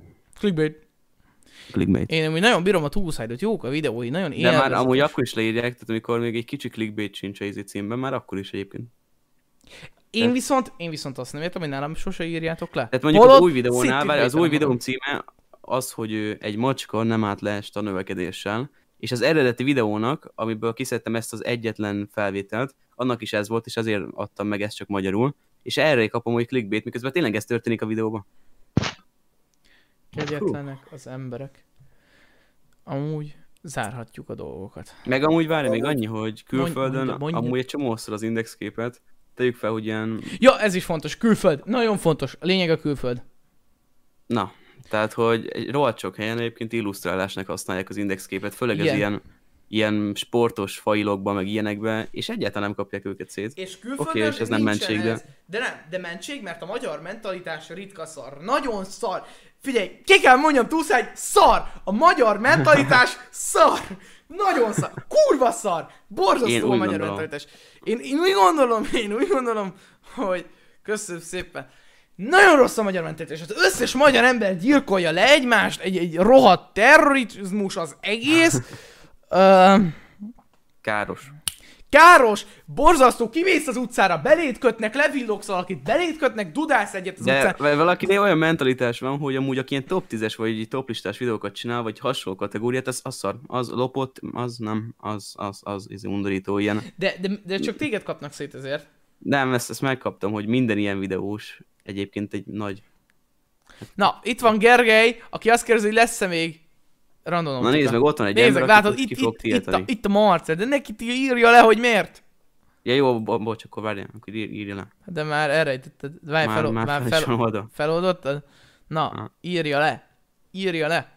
Én amúgy nagyon bírom a Two-Side-ot, jók a videói, nagyon élvezetes. De már amúgy akkor is leírják, tehát amikor még egy kicsi clickbait sincs a címben, már akkor is egyébként. Én viszont azt nem értem, hogy nálam sose írjátok le. Tehát mondjuk az új videónál, az új videóm címe az, hogy egy macska nem állt le este a növekedéssel, és az eredeti videónak, amiből kiszedtem ezt az egyetlen felvételt, annak is ez volt, és azért adtam meg ezt csak magyarul, és erre kapom, hogy clickbait, miközben tényleg ez történik a videóban. Kegyetlenek az emberek. Amúgy zárhatjuk a dolgokat. Meg amúgy várj még annyi, hogy külföldön amúgy egy csomószor az indexképet tegyük fel, hogy ilyen... Ja, ez is fontos, külföld, nagyon fontos, a lényeg a külföld. Na, tehát, hogy egy rohadt sok helyen egyébként illusztrálásnak használják az indexképet, főleg az ilyen sportos failokban, meg ilyenekben, és egyáltalán nem kapják őket szét. És külföldön és ez nem mentség, de mentség, mert a magyar mentalitás ritka szar, nagyon szar. Figyelj, ki kell mondjam, Two-Side, szar! A magyar mentalitás szar! Nagyon szar! Kurva szar! Borzasztó a magyar mentalitás. Én úgy gondolom, hogy köszönöm szépen. Nagyon rossz a magyar mentalitás. Az összes magyar ember gyilkolja le egymást, egy rohadt terrorizmus az egész. Káros, borzasztó, kimész az utcára, beléd kötnek, levillogsz valakit, beléd kötnek, dudálsz egyet az utcán. De valakinél olyan mentalitás van, hogy amúgy aki ilyen top 10-es vagy top listás videókat csinál, vagy hasonló kategóriát, az szar. Az lopott, az nem, az undorító ilyen. De csak téged kapnak szét ezért. Nem, ezt megkaptam, hogy minden ilyen videós egyébként egy nagy... Na, itt van Gergely, aki azt kérdezi, hogy lesz-e még randonom. Na nézd meg, ott van egy ember, látod, itt a Marcel, de neki írja le, hogy miért. Ja jó, bocs, akkor várjál, akkor írja le. De már elrejtetted, már feloldottad? Na, írja le.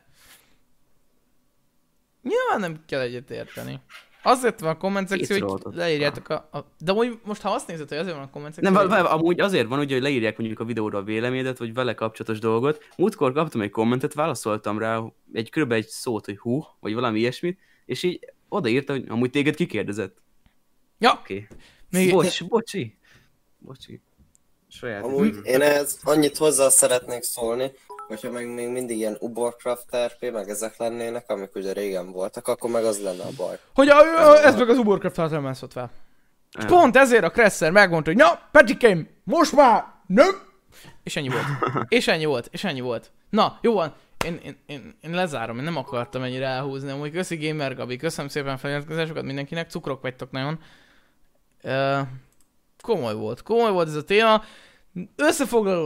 Nyilván nem kell egyet érteni. Azért van a komment szekció, hogy leírjátok de most ha azt nézed, hogy azért van a komment szekció... Nem, amúgy azért van, ugye, hogy leírják mondjuk a videóra a véleményedet, vagy vele kapcsolatos dolgot. Múltkor kaptam egy kommentet, válaszoltam rá körülbelül egy szót, hogy hú, vagy valami ilyesmit, és így odaírta, hogy amúgy téged kikérdezett. Ja. Oké. Bocsi. Saját. Amúgy én ehhez annyit hozzá szeretnék szólni, hogyha meg még mindig ilyen Uborcraft RP, meg ezek lennének, amik ugye régen voltak, akkor meg az lenne a baj. Hogy ez meg az Uborcraft hát nem mászott fel. És pont ezért a Kresser megmondta, hogy na, Petikém, most már nem! És ennyi volt. Na, jó van. Én lezárom, én nem akartam ennyire elhúzni, amúgy köszi Gamer Gabi, köszönöm szépen feliratkozásokat mindenkinek, cukrok vagytok nagyon. Komoly volt ez a téma. Összefoglalólag, ha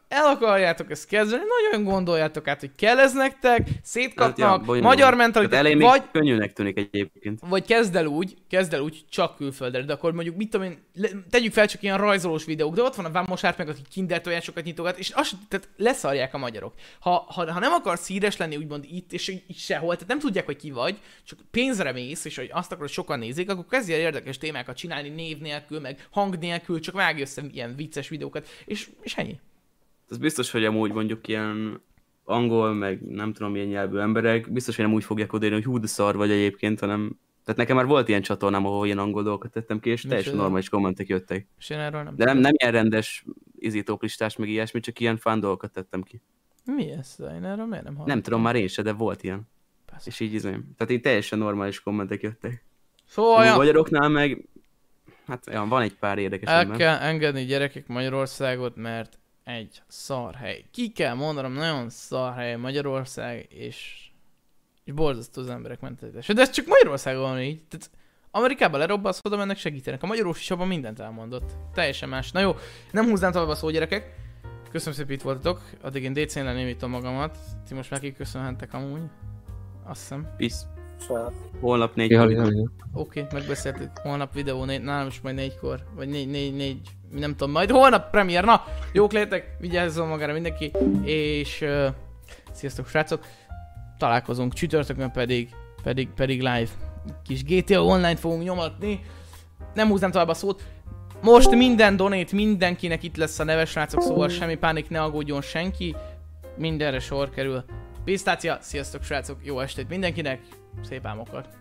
el akarjátok ezt kezdeni, nagyon gondoljátok át, hogy kell ez nektek, szétkapnak, ja, magyar mentalitás, vagy... könnyűnek tűnik egyébként. Vagy kezd el úgy, csak külföldre, de akkor mondjuk, mit tudom én, tegyük fel csak ilyen rajzolós videók, de ott van a Vámosát meg, aki Kinder tojásokat nyitogat, és azt, tehát leszarják a magyarok. Ha nem akarsz híres lenni úgymond itt, és így sehol, tehát nem tudják, hogy ki vagy, csak pénzre mész, és hogy azt akarod, hogy sokan nézik, akkor kezdj el érdekes témákat csinálni név nélkül, meg hang nélkül, csak vágj össze ilyen vicces videókat, és ennyi. Ez biztos, hogy amúgy mondjuk ilyen angol, meg nem tudom milyen nyelvű emberek, biztos, hogy nem úgy fogják odaírni, hogy hú de szar vagy egyébként, hanem... Tehát nekem már volt ilyen csatornám, ahol ilyen angol dolgokat tettem ki, és teljesen normális kommentek jöttek. És én erről nem de nem ilyen rendes toplistás, meg ilyesmi, csak ilyen fán dolgokat tettem ki. Mi ez? Én erről miért nem hallottam? Nem tudom, már én se, de volt ilyen. Persze. És így tehát így teljesen normális kommentek jöttek. Szóval a magyaroknál meg... Hát van egy pár érdekes ember. Kell engedni gyerekek Magyarországot, mert egy szarhely. Ki kell mondanom, nagyon szarhely Magyarország, és borzasztó az emberek mentalitása. De ez csak Magyarországon van így. Tehát Amerikában lerobbasz, oda mennek, segítenek. A magyarós is abban mindent elmondott. Teljesen más. Na jó, nem húznám tovább a szó, gyerekek. Köszönöm szépen, itt voltatok. Addig én DC-n lenémítom magamat. Ti most meg köszönhettek amúgy. Azt hiszem. Peace. Holnap 4-kor. Oké, megbeszéltük. Holnap videó, nálam is majd 4-kor. Vagy 4, nem tudom, majd holnap premier. Na, jók létek, vigyázzon magára mindenki. És sziasztok, srácok. Találkozunk csütörtökön pedig live. Kis GTA Online fogunk nyomatni. Nem húznám tovább a szót. Most minden donate, mindenkinek itt lesz a neve, srácok, szóval semmi pánik, ne aggódjon senki. Mindenre sor kerül. Pisztácia, sziasztok, srácok, jó estét mindenkinek, szép álmokat.